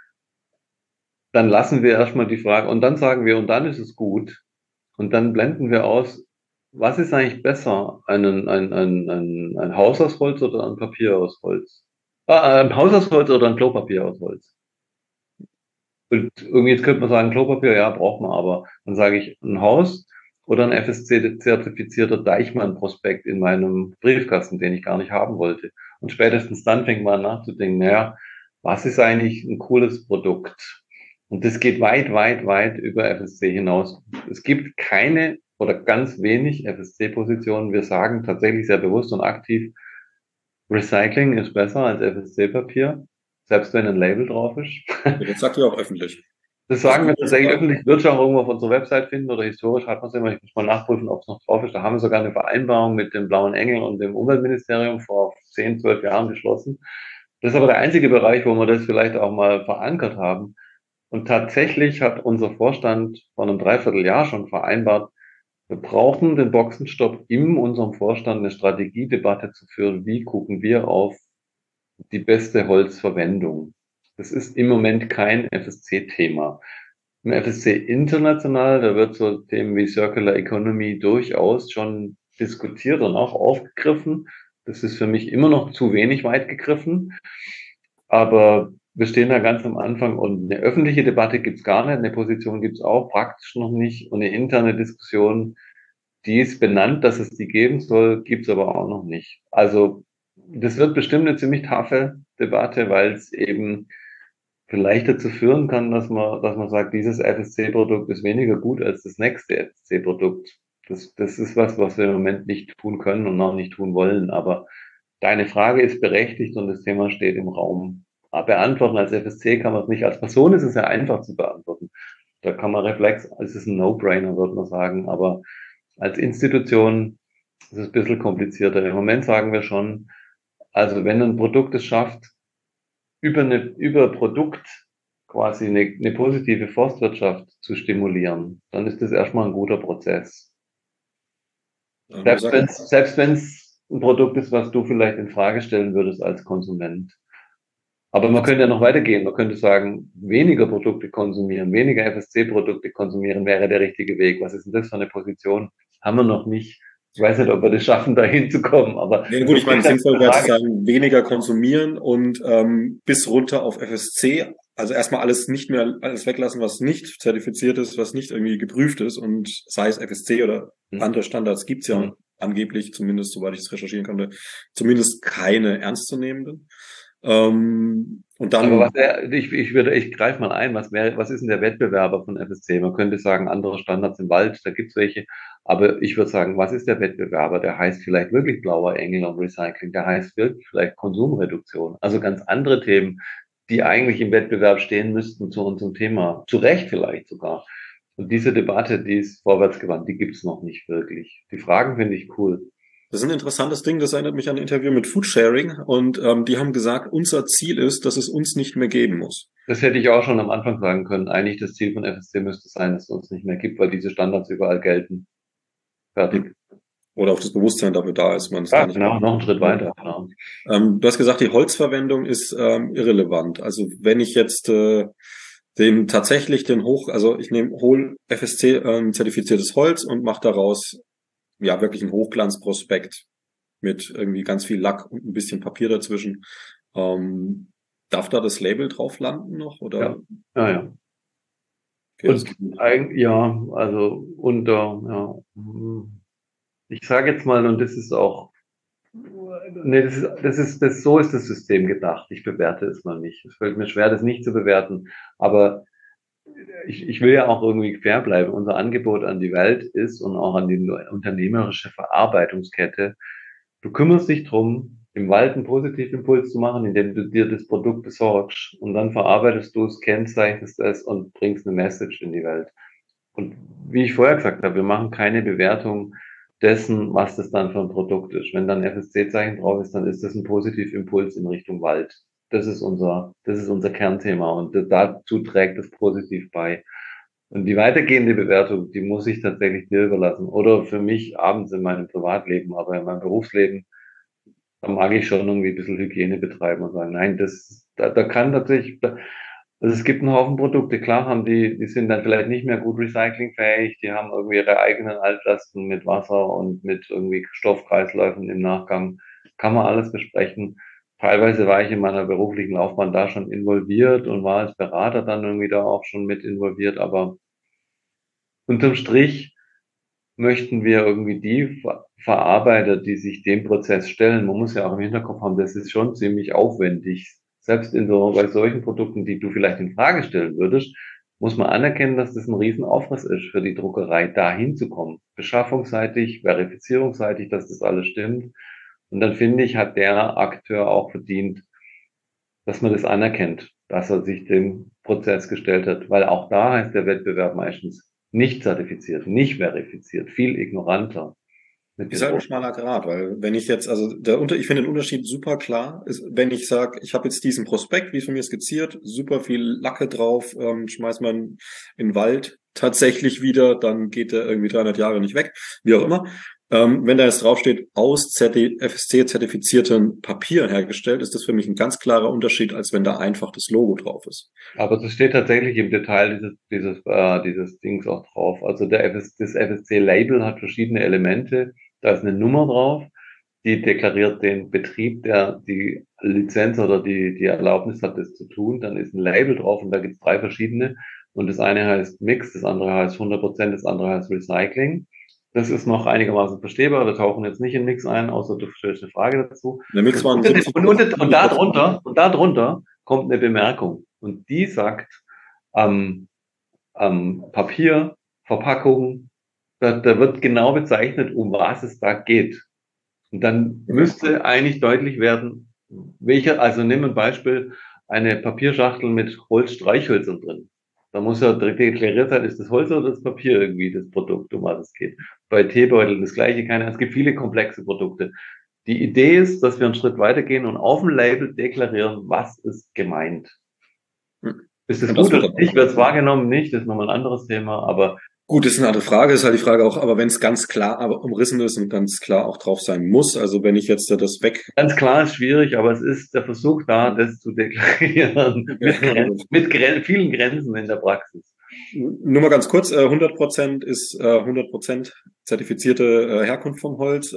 dann lassen wir erstmal die Frage und dann sagen wir, und dann ist es gut. Und dann blenden wir aus, was ist eigentlich besser, ein Haus aus Holz oder ein Papier aus Holz? Ein Haus aus Holz oder ein Klopapier aus Holz? Und irgendwie jetzt könnte man sagen, Klopapier, ja, braucht man aber. Dann sage ich, ein Haus oder ein FSC-zertifizierter Deichmann-Prospekt in meinem Briefkasten, den ich gar nicht haben wollte. Und spätestens dann fängt man an nachzudenken, naja, was ist eigentlich ein cooles Produkt? Und das geht weit, weit, weit über FSC hinaus. Es gibt keine oder ganz wenig FSC-Positionen. Wir sagen tatsächlich sehr bewusst und aktiv, Recycling ist besser als FSC-Papier, selbst wenn ein Label drauf ist. Ja, das sagt ihr auch öffentlich. Das Also sagen wir tatsächlich öffentlich, wird schon auch irgendwo auf unserer Website finden oder historisch hat man es immer. Ich muss mal nachprüfen, ob es noch drauf ist. Da haben wir sogar eine Vereinbarung mit dem Blauen Engel und dem Umweltministerium vor 10, 12 Jahren geschlossen. Das ist aber der einzige Bereich, wo wir das vielleicht auch mal verankert haben. Und tatsächlich hat unser Vorstand vor einem Dreivierteljahr schon vereinbart, wir brauchen den Boxenstopp in unserem Vorstand eine Strategiedebatte zu führen. Wie gucken wir auf die beste Holzverwendung? Das ist im Moment kein FSC-Thema. Im FSC international, da wird so Themen wie Circular Economy durchaus schon diskutiert und auch aufgegriffen. Das ist für mich immer noch zu wenig weit gegriffen. Aber wir stehen da ganz am Anfang und eine öffentliche Debatte gibt's gar nicht, eine Position gibt's auch praktisch noch nicht und eine interne Diskussion, die ist benannt, dass es die geben soll, gibt's aber auch noch nicht. Also das wird bestimmt eine ziemlich taffe Debatte, weil es eben vielleicht dazu führen kann, dass man sagt, dieses FSC-Produkt ist weniger gut als das nächste FSC-Produkt. Das ist was wir im Moment nicht tun können und auch nicht tun wollen. Aber deine Frage ist berechtigt und das Thema steht im Raum. Beantworten als FSC kann man es nicht. Als Person ist es sehr einfach zu beantworten. Da kann man reflex, es ist ein No-Brainer, würde man sagen. Aber als Institution ist es ein bisschen komplizierter. Im Moment sagen wir schon, also wenn ein Produkt es schafft, über Produkt quasi eine positive Forstwirtschaft zu stimulieren, dann ist das erstmal ein guter Prozess. du sagst, Selbst wenn's ein Produkt ist, was du vielleicht in Frage stellen würdest als Konsument. Aber man könnte ja noch weitergehen. Man könnte sagen, weniger Produkte konsumieren, weniger FSC-Produkte konsumieren wäre der richtige Weg. Was ist denn das für eine Position? Haben wir noch nicht. Ich weiß nicht, ob wir das schaffen, da hinzukommen, aber nee, gut, ich meine, sinnvoll wäre zu sagen, weniger konsumieren und bis runter auf FSC. Also erstmal alles nicht mehr, alles weglassen, was nicht zertifiziert ist, was nicht irgendwie geprüft ist und sei es FSC oder andere Standards gibt's ja angeblich, zumindest, soweit ich es recherchieren konnte, zumindest keine ernstzunehmenden. Und Aber dann, ich greife mal ein, was ist denn der Wettbewerber von FSC? Man könnte sagen, andere Standards im Wald, da gibt's welche. Aber ich würde sagen, was ist der Wettbewerber? Der heißt vielleicht wirklich blauer Engel und Recycling, der heißt wirklich vielleicht Konsumreduktion. Also ganz andere Themen, die eigentlich im Wettbewerb stehen müssten zu unserem Thema. Zu Recht vielleicht sogar. Und diese Debatte, die ist vorwärtsgewandt, die gibt's noch nicht wirklich. Die Fragen finde ich cool. das ist ein interessantes Ding, das erinnert mich an ein Interview mit Foodsharing und die haben gesagt, unser Ziel ist, dass es uns nicht mehr geben muss. Das hätte ich auch schon am Anfang sagen können. Eigentlich das Ziel von FSC müsste sein, dass es uns nicht mehr gibt, weil diese Standards überall gelten. Hm. Fertig. Oder auch das Bewusstsein dafür da ist, man es Ja, gar nicht genau, noch einen Schritt mehr. weiter, genau. Du hast gesagt, die Holzverwendung ist irrelevant. Also wenn ich jetzt also ich hol FSC zertifiziertes Holz und mache daraus ja wirklich einen Hochglanzprospekt mit irgendwie ganz viel Lack und ein bisschen Papier dazwischen. Ähm, Darf da das Label drauf landen noch? Oder Ja, ja, ja. okay, das Und geht nicht. eigentlich, ja, also unter, ja, ich sage jetzt mal, und das ist auch, nee, so ist das System gedacht. Ich bewerte es mal nicht. Es fällt mir schwer, das nicht zu bewerten. Aber ich will ja auch irgendwie fair bleiben. Unser Angebot an die Welt ist und auch an die unternehmerische Verarbeitungskette. Du kümmerst dich drum, im Wald einen Positivimpuls zu machen, indem du dir das Produkt besorgst und dann verarbeitest du es, kennzeichnest es und bringst eine Message in die Welt. Und wie ich vorher gesagt habe, wir machen keine Bewertung dessen, was das dann für ein Produkt ist. Wenn dann FSC-Zeichen drauf ist, dann ist das ein Positivimpuls in Richtung Wald. Das ist unser Kernthema und dazu trägt es positiv bei. Und die weitergehende Bewertung, die muss ich tatsächlich dir überlassen. Oder für mich abends in meinem Privatleben, aber in meinem Berufsleben, da mag ich schon irgendwie ein bisschen Hygiene betreiben und sagen, nein, da kann natürlich, also es gibt einen Haufen Produkte, klar die sind dann vielleicht nicht mehr gut recyclingfähig, die haben irgendwie ihre eigenen Altlasten mit Wasser und mit irgendwie Stoffkreisläufen im Nachgang. Kann man alles besprechen. Teilweise war ich in meiner beruflichen Laufbahn da schon involviert und war als Berater dann irgendwie da auch schon mit involviert, aber unterm Strich möchten wir irgendwie die Verarbeiter, die sich dem Prozess stellen, man muss ja auch im Hinterkopf haben, das ist schon ziemlich aufwendig. Selbst bei solchen Produkten, die du vielleicht in Frage stellen würdest, muss man anerkennen, dass das ein Riesenaufriss ist für die Druckerei, da hinzukommen. Beschaffungsseitig, verifizierungsseitig, dass das alles stimmt. Und dann finde ich, hat der Akteur auch verdient, dass man das anerkennt, dass er sich dem Prozess gestellt hat, weil auch da heißt der Wettbewerb meistens nicht zertifiziert, nicht verifiziert, viel ignoranter mit Ist den halt ein Druck. schmaler Grat, weil wenn ich jetzt, also ich finde den Unterschied super klar, ist, wenn ich sage, ich habe jetzt diesen Prospekt, wie von mir skizziert, super viel Lacke drauf, schmeiß man in den Wald tatsächlich wieder, dann geht der irgendwie 300 Jahre nicht weg, wie auch immer. Wenn da jetzt draufsteht, aus FSC-zertifiziertem Papier hergestellt, ist das für mich ein ganz klarer Unterschied, als wenn da einfach das Logo drauf ist. Aber das steht tatsächlich im Detail dieses Dings auch drauf. Also das FSC-Label hat verschiedene Elemente. Da ist eine Nummer drauf, die deklariert den Betrieb, der die Lizenz oder die Erlaubnis hat, das zu tun. Dann ist ein Label drauf und da gibt es drei verschiedene. Und das eine heißt Mix, das andere heißt 100%, das andere heißt Recycling. Das ist noch einigermaßen verstehbar. Wir tauchen jetzt nicht in Mix ein, außer du stellst eine Frage dazu. Der Mix waren 70, Und darunter kommt eine Bemerkung. Und die sagt, am, am Papier, Verpackung, da wird genau bezeichnet, um was es da geht. Und dann müsste eigentlich deutlich werden, also nehmen wir ein Beispiel, eine Papierschachtel mit Holzstreichhölzern drin. Da muss ja deklariert sein, ist das Holz oder das Papier irgendwie das Produkt, um was es geht. Bei Teebeuteln das Gleiche, keine Ahnung. Es gibt viele komplexe Produkte. Die Idee ist, dass wir einen Schritt weitergehen und auf dem Label deklarieren, was ist gemeint. Ist das und das gut wird oder dann nicht? auch Wird es gemacht. wahrgenommen? Nicht? Das ist nochmal ein anderes Thema. Aber Gut, ist eine andere Frage, ist halt die Frage auch, aber wenn es ganz klar aber umrissen ist und ganz klar auch drauf sein muss, also wenn ich jetzt das weg, ganz klar ist schwierig, aber es ist der Versuch da, das zu deklarieren vielen Grenzen in der Praxis. nur mal ganz kurz, 100% ist 100% zertifizierte Herkunft vom Holz,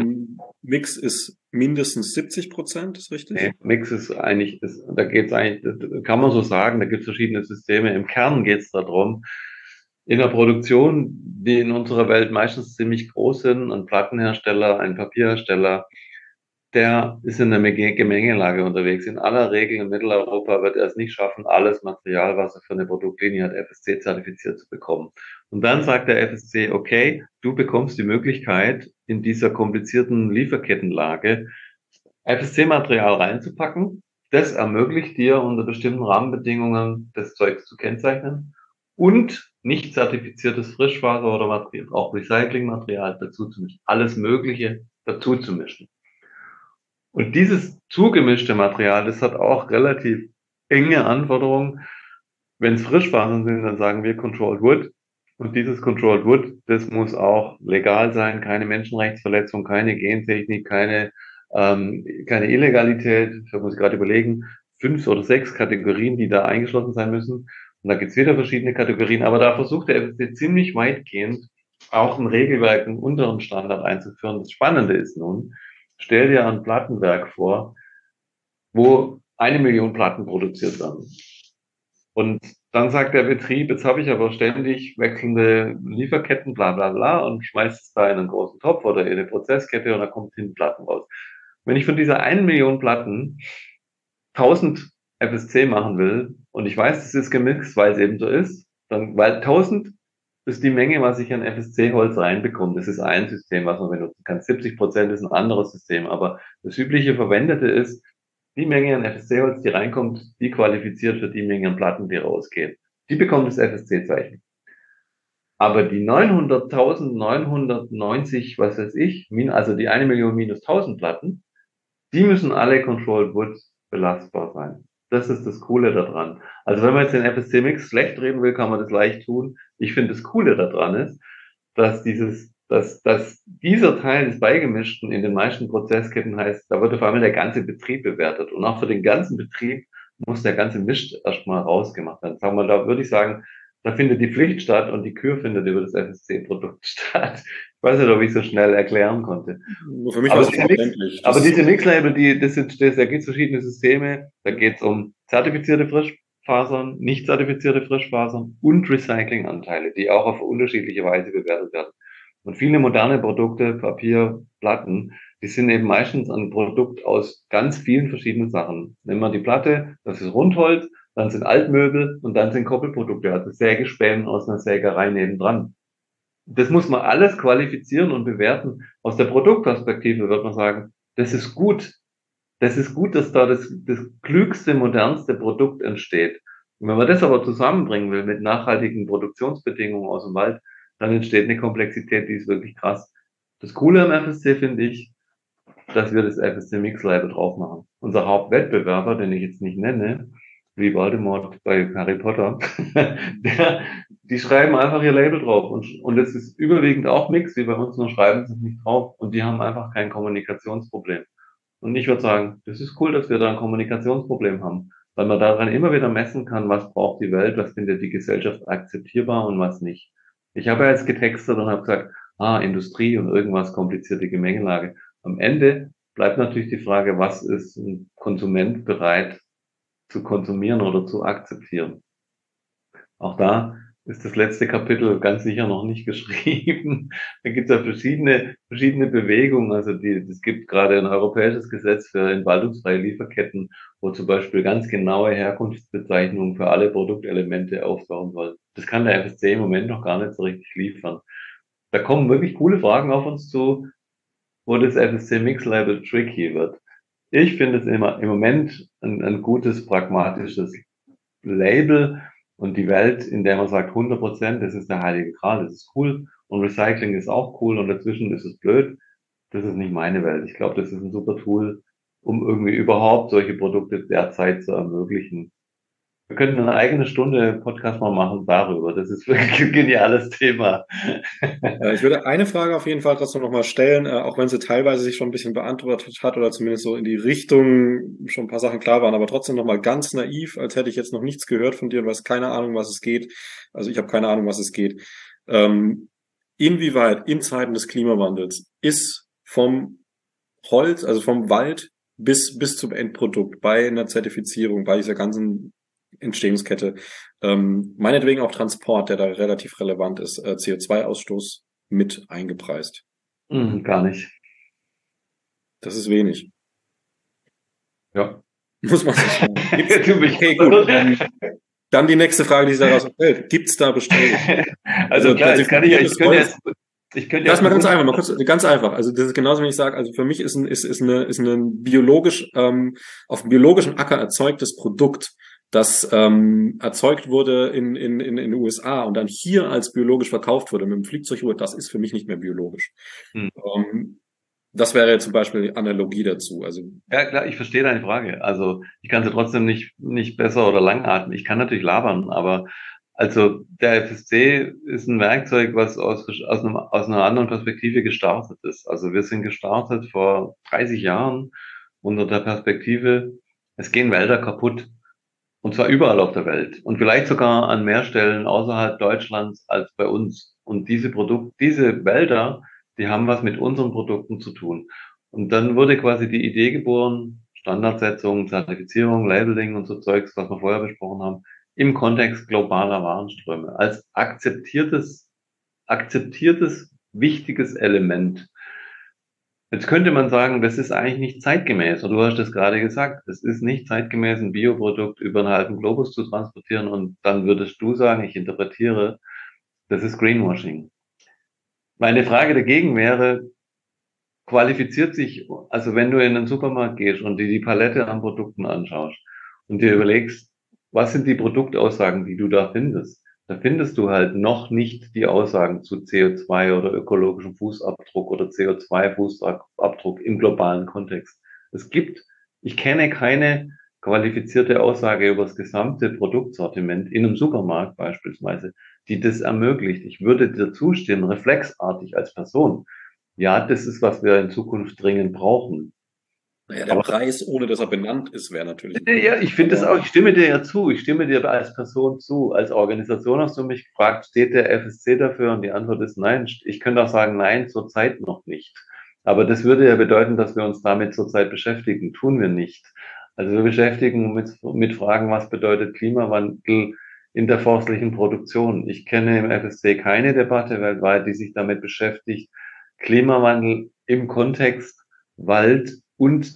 Mix ist mindestens 70%, ist richtig? Nee, Mix ist eigentlich, da geht es eigentlich, das kann man so sagen, da gibt es verschiedene Systeme. Im Kern geht es darum, in der Produktion, die in unserer Welt meistens ziemlich groß sind, ein Plattenhersteller, ein Papierhersteller, der ist in einer Gemengelage unterwegs. In aller Regel in Mitteleuropa wird er es nicht schaffen, alles Material, was er für eine Produktlinie hat, FSC zertifiziert zu bekommen. Und dann sagt der FSC, okay, du bekommst die Möglichkeit, in dieser komplizierten Lieferkettenlage FSC-Material reinzupacken. Das ermöglicht dir unter bestimmten Rahmenbedingungen das Zeug zu kennzeichnen und nicht zertifiziertes Frischwasser oder Material, auch Recyclingmaterial dazu zu mischen. Alles Mögliche dazu zu mischen. Und dieses zugemischte Material, das hat auch relativ enge Anforderungen. Wenn es Frischwasser sind, dann sagen wir Controlled Wood. Und dieses Controlled Wood, das muss auch legal sein, keine Menschenrechtsverletzung, keine Gentechnik, keine Illegalität. Da muss ich gerade überlegen, 5 oder 6 Kategorien, die da eingeschlossen sein müssen. Und da gibt's wieder verschiedene Kategorien. Aber da versucht der FSC ziemlich weitgehend auch ein Regelwerk, einen unteren Standard einzuführen. Das Spannende ist nun, stell dir ein Plattenwerk vor, wo 1 Million Platten produziert werden. Und dann sagt der Betrieb, jetzt habe ich aber ständig wechselnde Lieferketten, bla bla bla, und schmeißt es da in einen großen Topf oder in eine Prozesskette und da kommt hinten Platten raus. Wenn ich von dieser 1 Million Platten 1000 FSC machen will, und ich weiß, das ist gemixt, weil es eben so ist, dann, weil 1000 ist die Menge, was ich an FSC-Holz reinbekomme. Das ist ein System, was man benutzen kann. 70% ist ein anderes System, aber das übliche Verwendete ist, die Menge an FSC-Holz, die reinkommt, die qualifiziert für die Menge an Platten, die rausgehen. Die bekommt das FSC-Zeichen. Aber die 900.990, was weiß ich, also die 1 Million minus 1000 Platten, die müssen alle Controlled Wood belastbar sein. Das ist das Coole daran. Also wenn man jetzt den FSC-Mix schlecht reden will, kann man das leicht tun. Ich finde, das Coole daran ist, dass dieser Teil des Beigemischten in den meisten Prozessketten heißt, da wird auf einmal der ganze Betrieb bewertet. Und auch für den ganzen Betrieb muss der ganze Mist erstmal rausgemacht werden. Sagen wir, da würde ich sagen, da findet die Pflicht statt und die Kür findet über das FSC-Produkt statt. Ich weiß nicht, ob ich so schnell erklären konnte. Nur für mich war es verständlich. Aber diese Mix-Label, da gibt es verschiedene Systeme. Da geht es um zertifizierte Frischfasern, nicht zertifizierte Frischfasern und Recyclinganteile, die auch auf unterschiedliche Weise bewertet werden. Und viele moderne Produkte, Papier, Platten, die sind eben meistens ein Produkt aus ganz vielen verschiedenen Sachen. Nehmen wir die Platte, das ist Rundholz, dann sind Altmöbel und dann sind Koppelprodukte, also Sägespänen aus einer Sägerei nebendran. Das muss man alles qualifizieren und bewerten. Aus der Produktperspektive wird man sagen, das ist gut. Das ist gut, dass da das klügste, modernste Produkt entsteht. Und wenn man das aber zusammenbringen will mit nachhaltigen Produktionsbedingungen aus dem Wald, dann entsteht eine Komplexität, die ist wirklich krass. Das Coole am FSC finde ich, dass wir das FSC Mix Label drauf machen. Unser Hauptwettbewerber, den ich jetzt nicht nenne, wie Voldemort bei Harry Potter, die schreiben einfach ihr Label drauf. Und es ist überwiegend auch Mix, wie bei uns, nur schreiben sie es nicht drauf. Und die haben einfach kein Kommunikationsproblem. Und ich würde sagen, das ist cool, dass wir da ein Kommunikationsproblem haben, weil man daran immer wieder messen kann, was braucht die Welt, was findet die Gesellschaft akzeptierbar und was nicht. Ich habe ja jetzt getextet und habe gesagt, Industrie und irgendwas, komplizierte Gemengelage. Am Ende bleibt natürlich die Frage, was ist ein Konsument bereit zu konsumieren oder zu akzeptieren. Auch da ist das letzte Kapitel ganz sicher noch nicht geschrieben. Da gibt es ja verschiedene Bewegungen. Also es gibt gerade ein europäisches Gesetz für entwaldungsfreie Lieferketten, wo zum Beispiel ganz genaue Herkunftsbezeichnungen für alle Produktelemente auftauchen sollen. Das kann der FSC im Moment noch gar nicht so richtig liefern. Da kommen wirklich coole Fragen auf uns zu, wo das FSC Mix Label tricky wird. Ich finde es immer im Moment ein gutes, pragmatisches Label und die Welt, in der man sagt 100%, das ist der heilige Gral, das ist cool und Recycling ist auch cool und dazwischen ist es blöd. Das ist nicht meine Welt. Ich glaube, das ist ein super Tool, um irgendwie überhaupt solche Produkte derzeit zu ermöglichen. Wir könnten eine eigene Stunde Podcast mal machen darüber. Das ist wirklich ein geniales Thema. Ich würde eine Frage auf jeden Fall trotzdem nochmal stellen, auch wenn sie teilweise sich schon ein bisschen beantwortet hat oder zumindest so in die Richtung schon ein paar Sachen klar waren, aber trotzdem nochmal ganz naiv, als hätte ich jetzt noch nichts gehört von dir und weiß keine Ahnung, was es geht. Also ich habe keine Ahnung, was es geht. Inwieweit in Zeiten des Klimawandels ist vom Holz, also vom Wald bis zum Endprodukt bei einer Zertifizierung, bei dieser ganzen Entstehungskette, meinetwegen auch Transport, der da relativ relevant ist, CO2-Ausstoß mit eingepreist? Gar nicht. Das ist wenig. Ja. Muss man so sagen. Du mich Okay, gut. Dann die nächste Frage, die sich daraus stellt. Gibt es da Bestellungen? Also klar, jetzt kann ich ja, zertifiziertes Holz. ich könnte Das ja ist mal ganz tun. einfach, mal kurz, ganz einfach. Also das ist genauso, wenn ich sage, also für mich ist ein biologisch, auf dem biologischen Acker erzeugtes Produkt, das erzeugt wurde in den USA und dann hier als biologisch verkauft wurde mit dem Flugzeug, das ist für mich nicht mehr biologisch. Hm. Das wäre jetzt zum Beispiel die Analogie dazu. Also Ja, klar, ich verstehe deine Frage. Also ich kann sie trotzdem nicht besser oder langatmen. Ich kann natürlich labern, aber also der FSC ist ein Werkzeug, was aus einer anderen Perspektive gestartet ist. Also wir sind gestartet vor 30 Jahren unter der Perspektive, es gehen Wälder kaputt. Und zwar überall auf der Welt. Und vielleicht sogar an mehr Stellen außerhalb Deutschlands als bei uns. Und diese Wälder, die haben was mit unseren Produkten zu tun. Und dann wurde quasi die Idee geboren, Standardsetzung, Zertifizierung, Labeling und so Zeugs, was wir vorher besprochen haben, im Kontext globaler Warenströme, als akzeptiertes, wichtiges Element. Jetzt könnte man sagen, das ist eigentlich nicht zeitgemäß. Und du hast es gerade gesagt, es ist nicht zeitgemäß, ein Bioprodukt über einen halben Globus zu transportieren. Und dann würdest du sagen, ich interpretiere, das ist Greenwashing. Meine Frage dagegen wäre, qualifiziert sich, also wenn du in den Supermarkt gehst und dir die Palette an Produkten anschaust und dir überlegst, was sind die Produktaussagen, die du da findest, da findest du halt noch nicht die Aussagen zu CO2 oder ökologischem Fußabdruck oder CO2-Fußabdruck im globalen Kontext. Es gibt, ich kenne keine qualifizierte Aussage über das gesamte Produktsortiment in einem Supermarkt beispielsweise, die das ermöglicht. Ich würde dir zustimmen, reflexartig als Person. Ja, das ist, was wir in Zukunft dringend brauchen. naja, der Aber Preis, ohne dass er benannt ist, wäre natürlich ein Punkt. ja, ich finde es Aber auch, ich stimme dir ja zu, ich stimme dir als Person zu. Als Organisation hast du mich gefragt, steht der FSC dafür? Und die Antwort ist nein. Ich könnte auch sagen, nein, zurzeit noch nicht. Aber das würde ja bedeuten, dass wir uns damit zurzeit beschäftigen. Tun wir nicht. Also wir beschäftigen mit Fragen, was bedeutet Klimawandel in der forstlichen Produktion? Ich kenne im FSC keine Debatte weltweit, die sich damit beschäftigt, Klimawandel im Kontext Wald und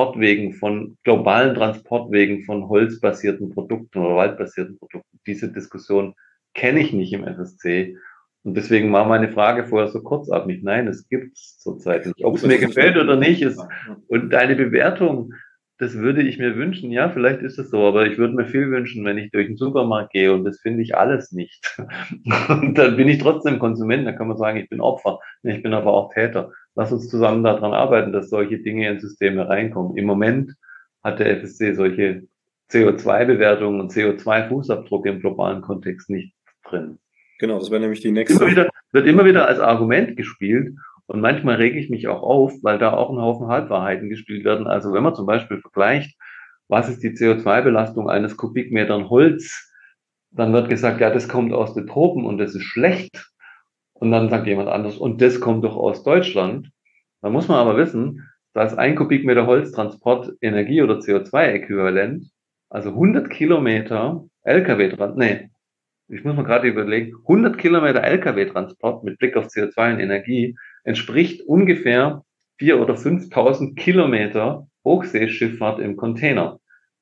globalen Transportwegen von holzbasierten Produkten oder waldbasierten Produkten. Diese Diskussion kenne ich nicht im FSC. Und deswegen war meine Frage vorher so kurzatmig. Nein, es gibt es zurzeit nicht. Ob gut, es das mir ist eine gefällt oder nicht, ist, ja. und deine Bewertung, das würde ich mir wünschen. Ja, vielleicht ist es so, aber ich würde mir viel wünschen, wenn ich durch den Supermarkt gehe und das finde ich alles nicht. Und dann bin ich trotzdem Konsument, dann kann man sagen, ich bin Opfer, ich bin aber auch Täter. Lass uns zusammen daran arbeiten, dass solche Dinge in Systeme reinkommen. Im Moment hat der FSC solche CO2-Bewertungen und CO2-Fußabdruck im globalen Kontext nicht drin. Genau, das wäre nämlich die Immer nächste. wieder, wird immer wieder als Argument gespielt und manchmal rege ich mich auch auf, weil da auch ein Haufen Halbwahrheiten gespielt werden. Also wenn man zum Beispiel vergleicht, was ist die CO2-Belastung eines Kubikmetern Holz, dann wird gesagt, ja, das kommt aus den Tropen und das ist schlecht. Und dann sagt jemand anders, und das kommt doch aus Deutschland. Da muss man aber wissen, dass ein Kubikmeter Holztransport Energie- oder CO2-Äquivalent, also 100 Kilometer Lkw, nee, ich muss mir gerade überlegen, 100 Kilometer Lkw-Transport mit Blick auf CO2 und Energie entspricht ungefähr 4.000 oder 5.000 Kilometer Hochseeschifffahrt im Container.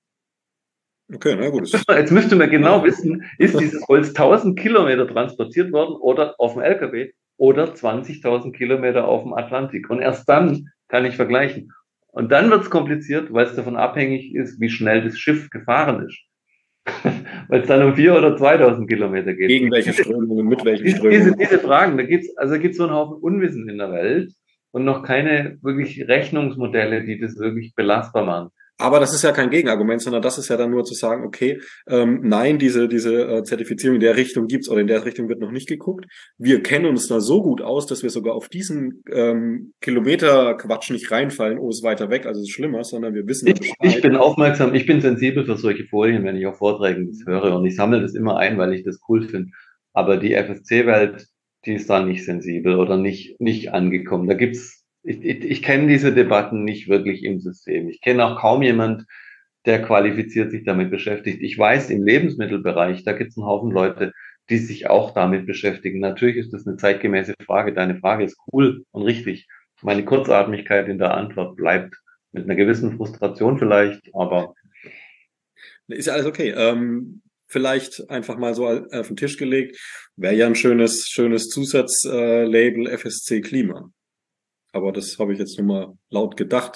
Okay, na gut. Jetzt müsste man genau Ja. wissen, ist dieses Holz 1.000 Kilometer transportiert worden oder auf dem LKW oder 20.000 Kilometer auf dem Atlantik. Und erst dann kann ich vergleichen. Und dann wird es kompliziert, weil es davon abhängig ist, wie schnell das Schiff gefahren ist. Weil es dann um 4.000 oder 2.000 Kilometer geht. Gegen welche Strömungen, mit welchen Strömungen? Diese Fragen, da gibt's so einen Haufen Unwissen in der Welt und noch keine wirklich Rechnungsmodelle, die das wirklich belastbar machen. Aber das ist ja kein Gegenargument, sondern das ist ja dann nur zu sagen, okay, nein, diese Zertifizierung in der Richtung gibt's oder in der Richtung wird noch nicht geguckt. Wir kennen uns da so gut aus, dass wir sogar auf diesen Kilometer-Quatsch nicht reinfallen, oh, ist weiter weg, also ist schlimmer, sondern wir wissen da Ich Bescheid. bin aufmerksam, ich bin sensibel für solche Folien, wenn ich auf Vorträgen das höre und ich sammle das immer ein, weil ich das cool finde. Aber die FSC-Welt, die ist da nicht sensibel oder nicht angekommen. Ich kenne diese Debatten nicht wirklich im System. Ich kenne auch kaum jemand, der qualifiziert sich damit beschäftigt. Ich weiß, im Lebensmittelbereich, da gibt es einen Haufen Leute, die sich auch damit beschäftigen. Natürlich ist das eine zeitgemäße Frage. Deine Frage ist cool und richtig. Meine Kurzatmigkeit in der Antwort bleibt. Mit einer gewissen Frustration vielleicht, aber Ist ja alles okay. Vielleicht einfach mal so auf den Tisch gelegt. Wäre ja ein schönes Zusatzlabel FSC Klima. Aber das habe ich jetzt nur mal laut gedacht.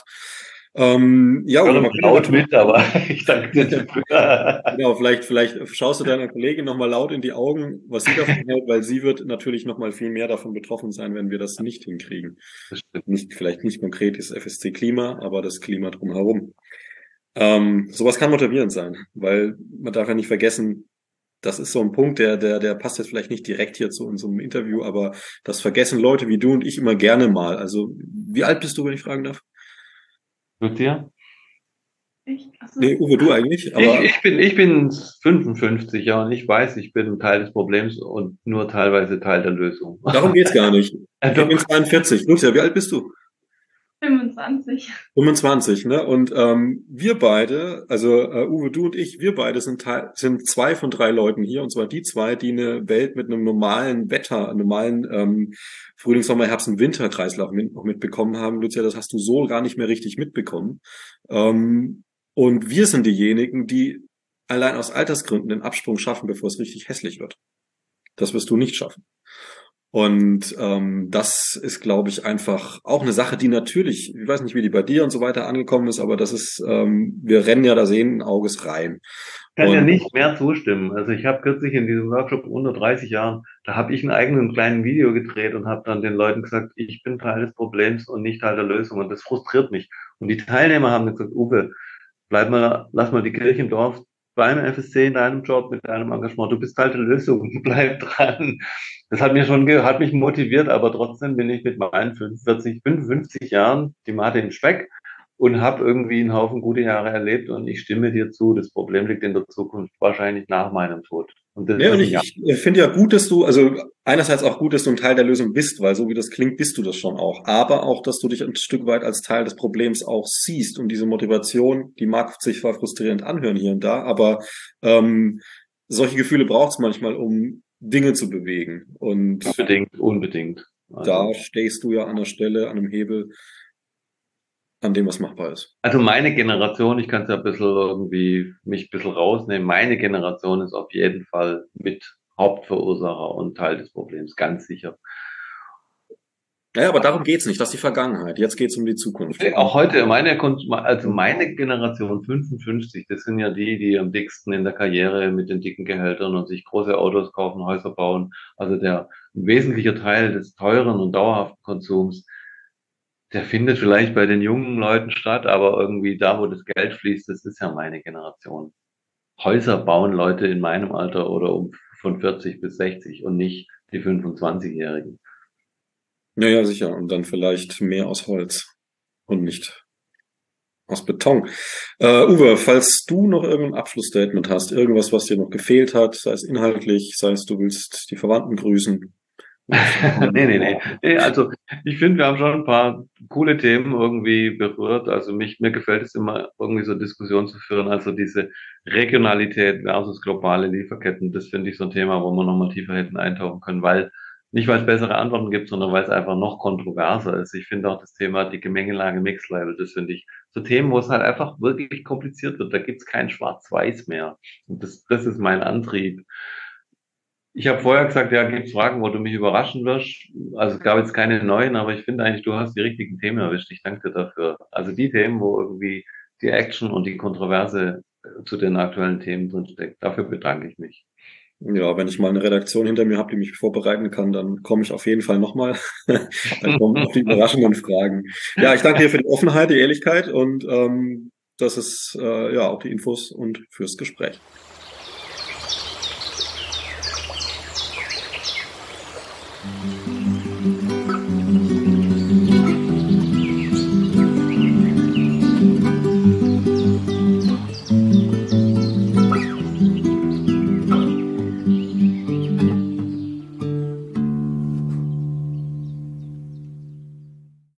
Ja, ich höre oder man noch könnte laut natürlich, mit, aber ich danke dir dafür. genau, vielleicht schaust du deiner Kollegin nochmal laut in die Augen, was sie davon hält, weil sie wird natürlich nochmal viel mehr davon betroffen sein, wenn wir das nicht hinkriegen. Das stimmt. Vielleicht nicht konkret das FSC Klima, aber das Klima drumherum. Sowas kann motivierend sein, weil man darf ja nicht vergessen, das ist so ein Punkt, der passt jetzt vielleicht nicht direkt hier zu unserem Interview, aber das vergessen Leute wie du und ich immer gerne mal. Also, wie alt bist du, wenn ich fragen darf? Mit dir? Achso. Nee, Uwe, du eigentlich, aber Ich bin 55, ja, und ich weiß, ich bin Teil des Problems und nur teilweise Teil der Lösung. darum geht's gar nicht. Ich bin Doch. 42. Lucia, wie alt bist du? 25. 25, ne? Und wir beide, also Uwe, du und ich, wir beide sind zwei von drei Leuten hier, und zwar die zwei, die eine Welt mit einem normalen Wetter, einem normalen Frühling, Sommer, Herbst und Winterkreislauf noch mitbekommen haben. Lucia, das hast du so gar nicht mehr richtig mitbekommen. Und wir sind diejenigen, die allein aus Altersgründen den Absprung schaffen, bevor es richtig hässlich wird. Das wirst du nicht schaffen. Und das ist, glaube ich, einfach auch eine Sache, die natürlich, ich weiß nicht, wie die bei dir und so weiter angekommen ist, aber das ist, wir rennen ja da sehenden Auges rein. Ich kann ja Und nicht mehr zustimmen. Also ich habe kürzlich in diesem Workshop unter 30 Jahren, da habe ich einen eigenen kleinen Video gedreht und habe dann den Leuten gesagt, ich bin Teil des Problems und nicht Teil der Lösung. Und das frustriert mich. Und die Teilnehmer haben gesagt, Uwe, lass mal die Kirche im Dorf beim FSC in deinem Job mit deinem Engagement. Du bist Teil der Lösung. Bleib dran. Das hat mich motiviert, aber trotzdem bin ich mit meinen 55 Jahren die Mate im Speck und habe irgendwie einen Haufen gute Jahre erlebt und ich stimme dir zu, das Problem liegt in der Zukunft, wahrscheinlich nach meinem Tod. Und das ja, und ist ein Ja. ich finde ja gut, dass du, also einerseits auch gut, dass du ein Teil der Lösung bist, weil so wie das klingt, bist du das schon auch. Aber auch, dass du dich ein Stück weit als Teil des Problems auch siehst. Und diese Motivation, die mag sich zwar frustrierend anhören hier und da, aber solche Gefühle braucht es manchmal, um Dinge zu bewegen. Und Unbedingt. da Also, stehst du ja an der Stelle, an einem Hebel, an dem was machbar ist. also meine Generation, ich kann es ja ein bisschen irgendwie mich ein bisschen rausnehmen, meine Generation ist auf jeden Fall mit Hauptverursacher und Teil des Problems, ganz sicher. Naja, aber darum geht's nicht. Das ist die Vergangenheit. Jetzt geht's um die Zukunft. Auch heute, also meine Generation 55, das sind ja die am dicksten in der Karriere mit den dicken Gehältern und sich große Autos kaufen, Häuser bauen. Also ein wesentlicher Teil des teuren und dauerhaften Konsums, der findet vielleicht bei den jungen Leuten statt, aber irgendwie da, wo das Geld fließt, das ist ja meine Generation. Häuser bauen Leute in meinem Alter oder von 40 bis 60 und nicht die 25-Jährigen. Ja, ja, sicher. Und dann vielleicht mehr aus Holz und nicht aus Beton. Uwe, falls du noch irgendein Abschlussstatement hast, irgendwas, was dir noch gefehlt hat, sei es inhaltlich, sei es du willst die Verwandten grüßen. Nee. Also ich finde, wir haben schon ein paar coole Themen irgendwie berührt. Also mir gefällt es immer, irgendwie so Diskussionen zu führen. Also diese Regionalität versus globale Lieferketten, das finde ich so ein Thema, wo wir nochmal tiefer hätten eintauchen können, nicht weil es bessere Antworten gibt, sondern weil es einfach noch kontroverser ist. Ich finde auch das Thema die Gemengelage Mixed Level, das finde ich so Themen, wo es halt einfach wirklich kompliziert wird. Da gibt es kein Schwarz-Weiß mehr. Und das ist mein Antrieb. Ich habe vorher gesagt, ja, gibt's Fragen, wo du mich überraschen wirst. Also es gab jetzt keine neuen, aber ich finde eigentlich, du hast die richtigen Themen erwischt. Ich danke dir dafür. Also die Themen, wo irgendwie die Action und die Kontroverse zu den aktuellen Themen drinsteckt. Dafür bedanke ich mich. Ja, wenn ich mal eine Redaktion hinter mir habe, die mich vorbereiten kann, dann komme ich auf jeden Fall nochmal. Dann kommen auch die überraschenden Fragen. Ja, ich danke dir für die Offenheit, die Ehrlichkeit und das ist ja auch die Infos und fürs Gespräch.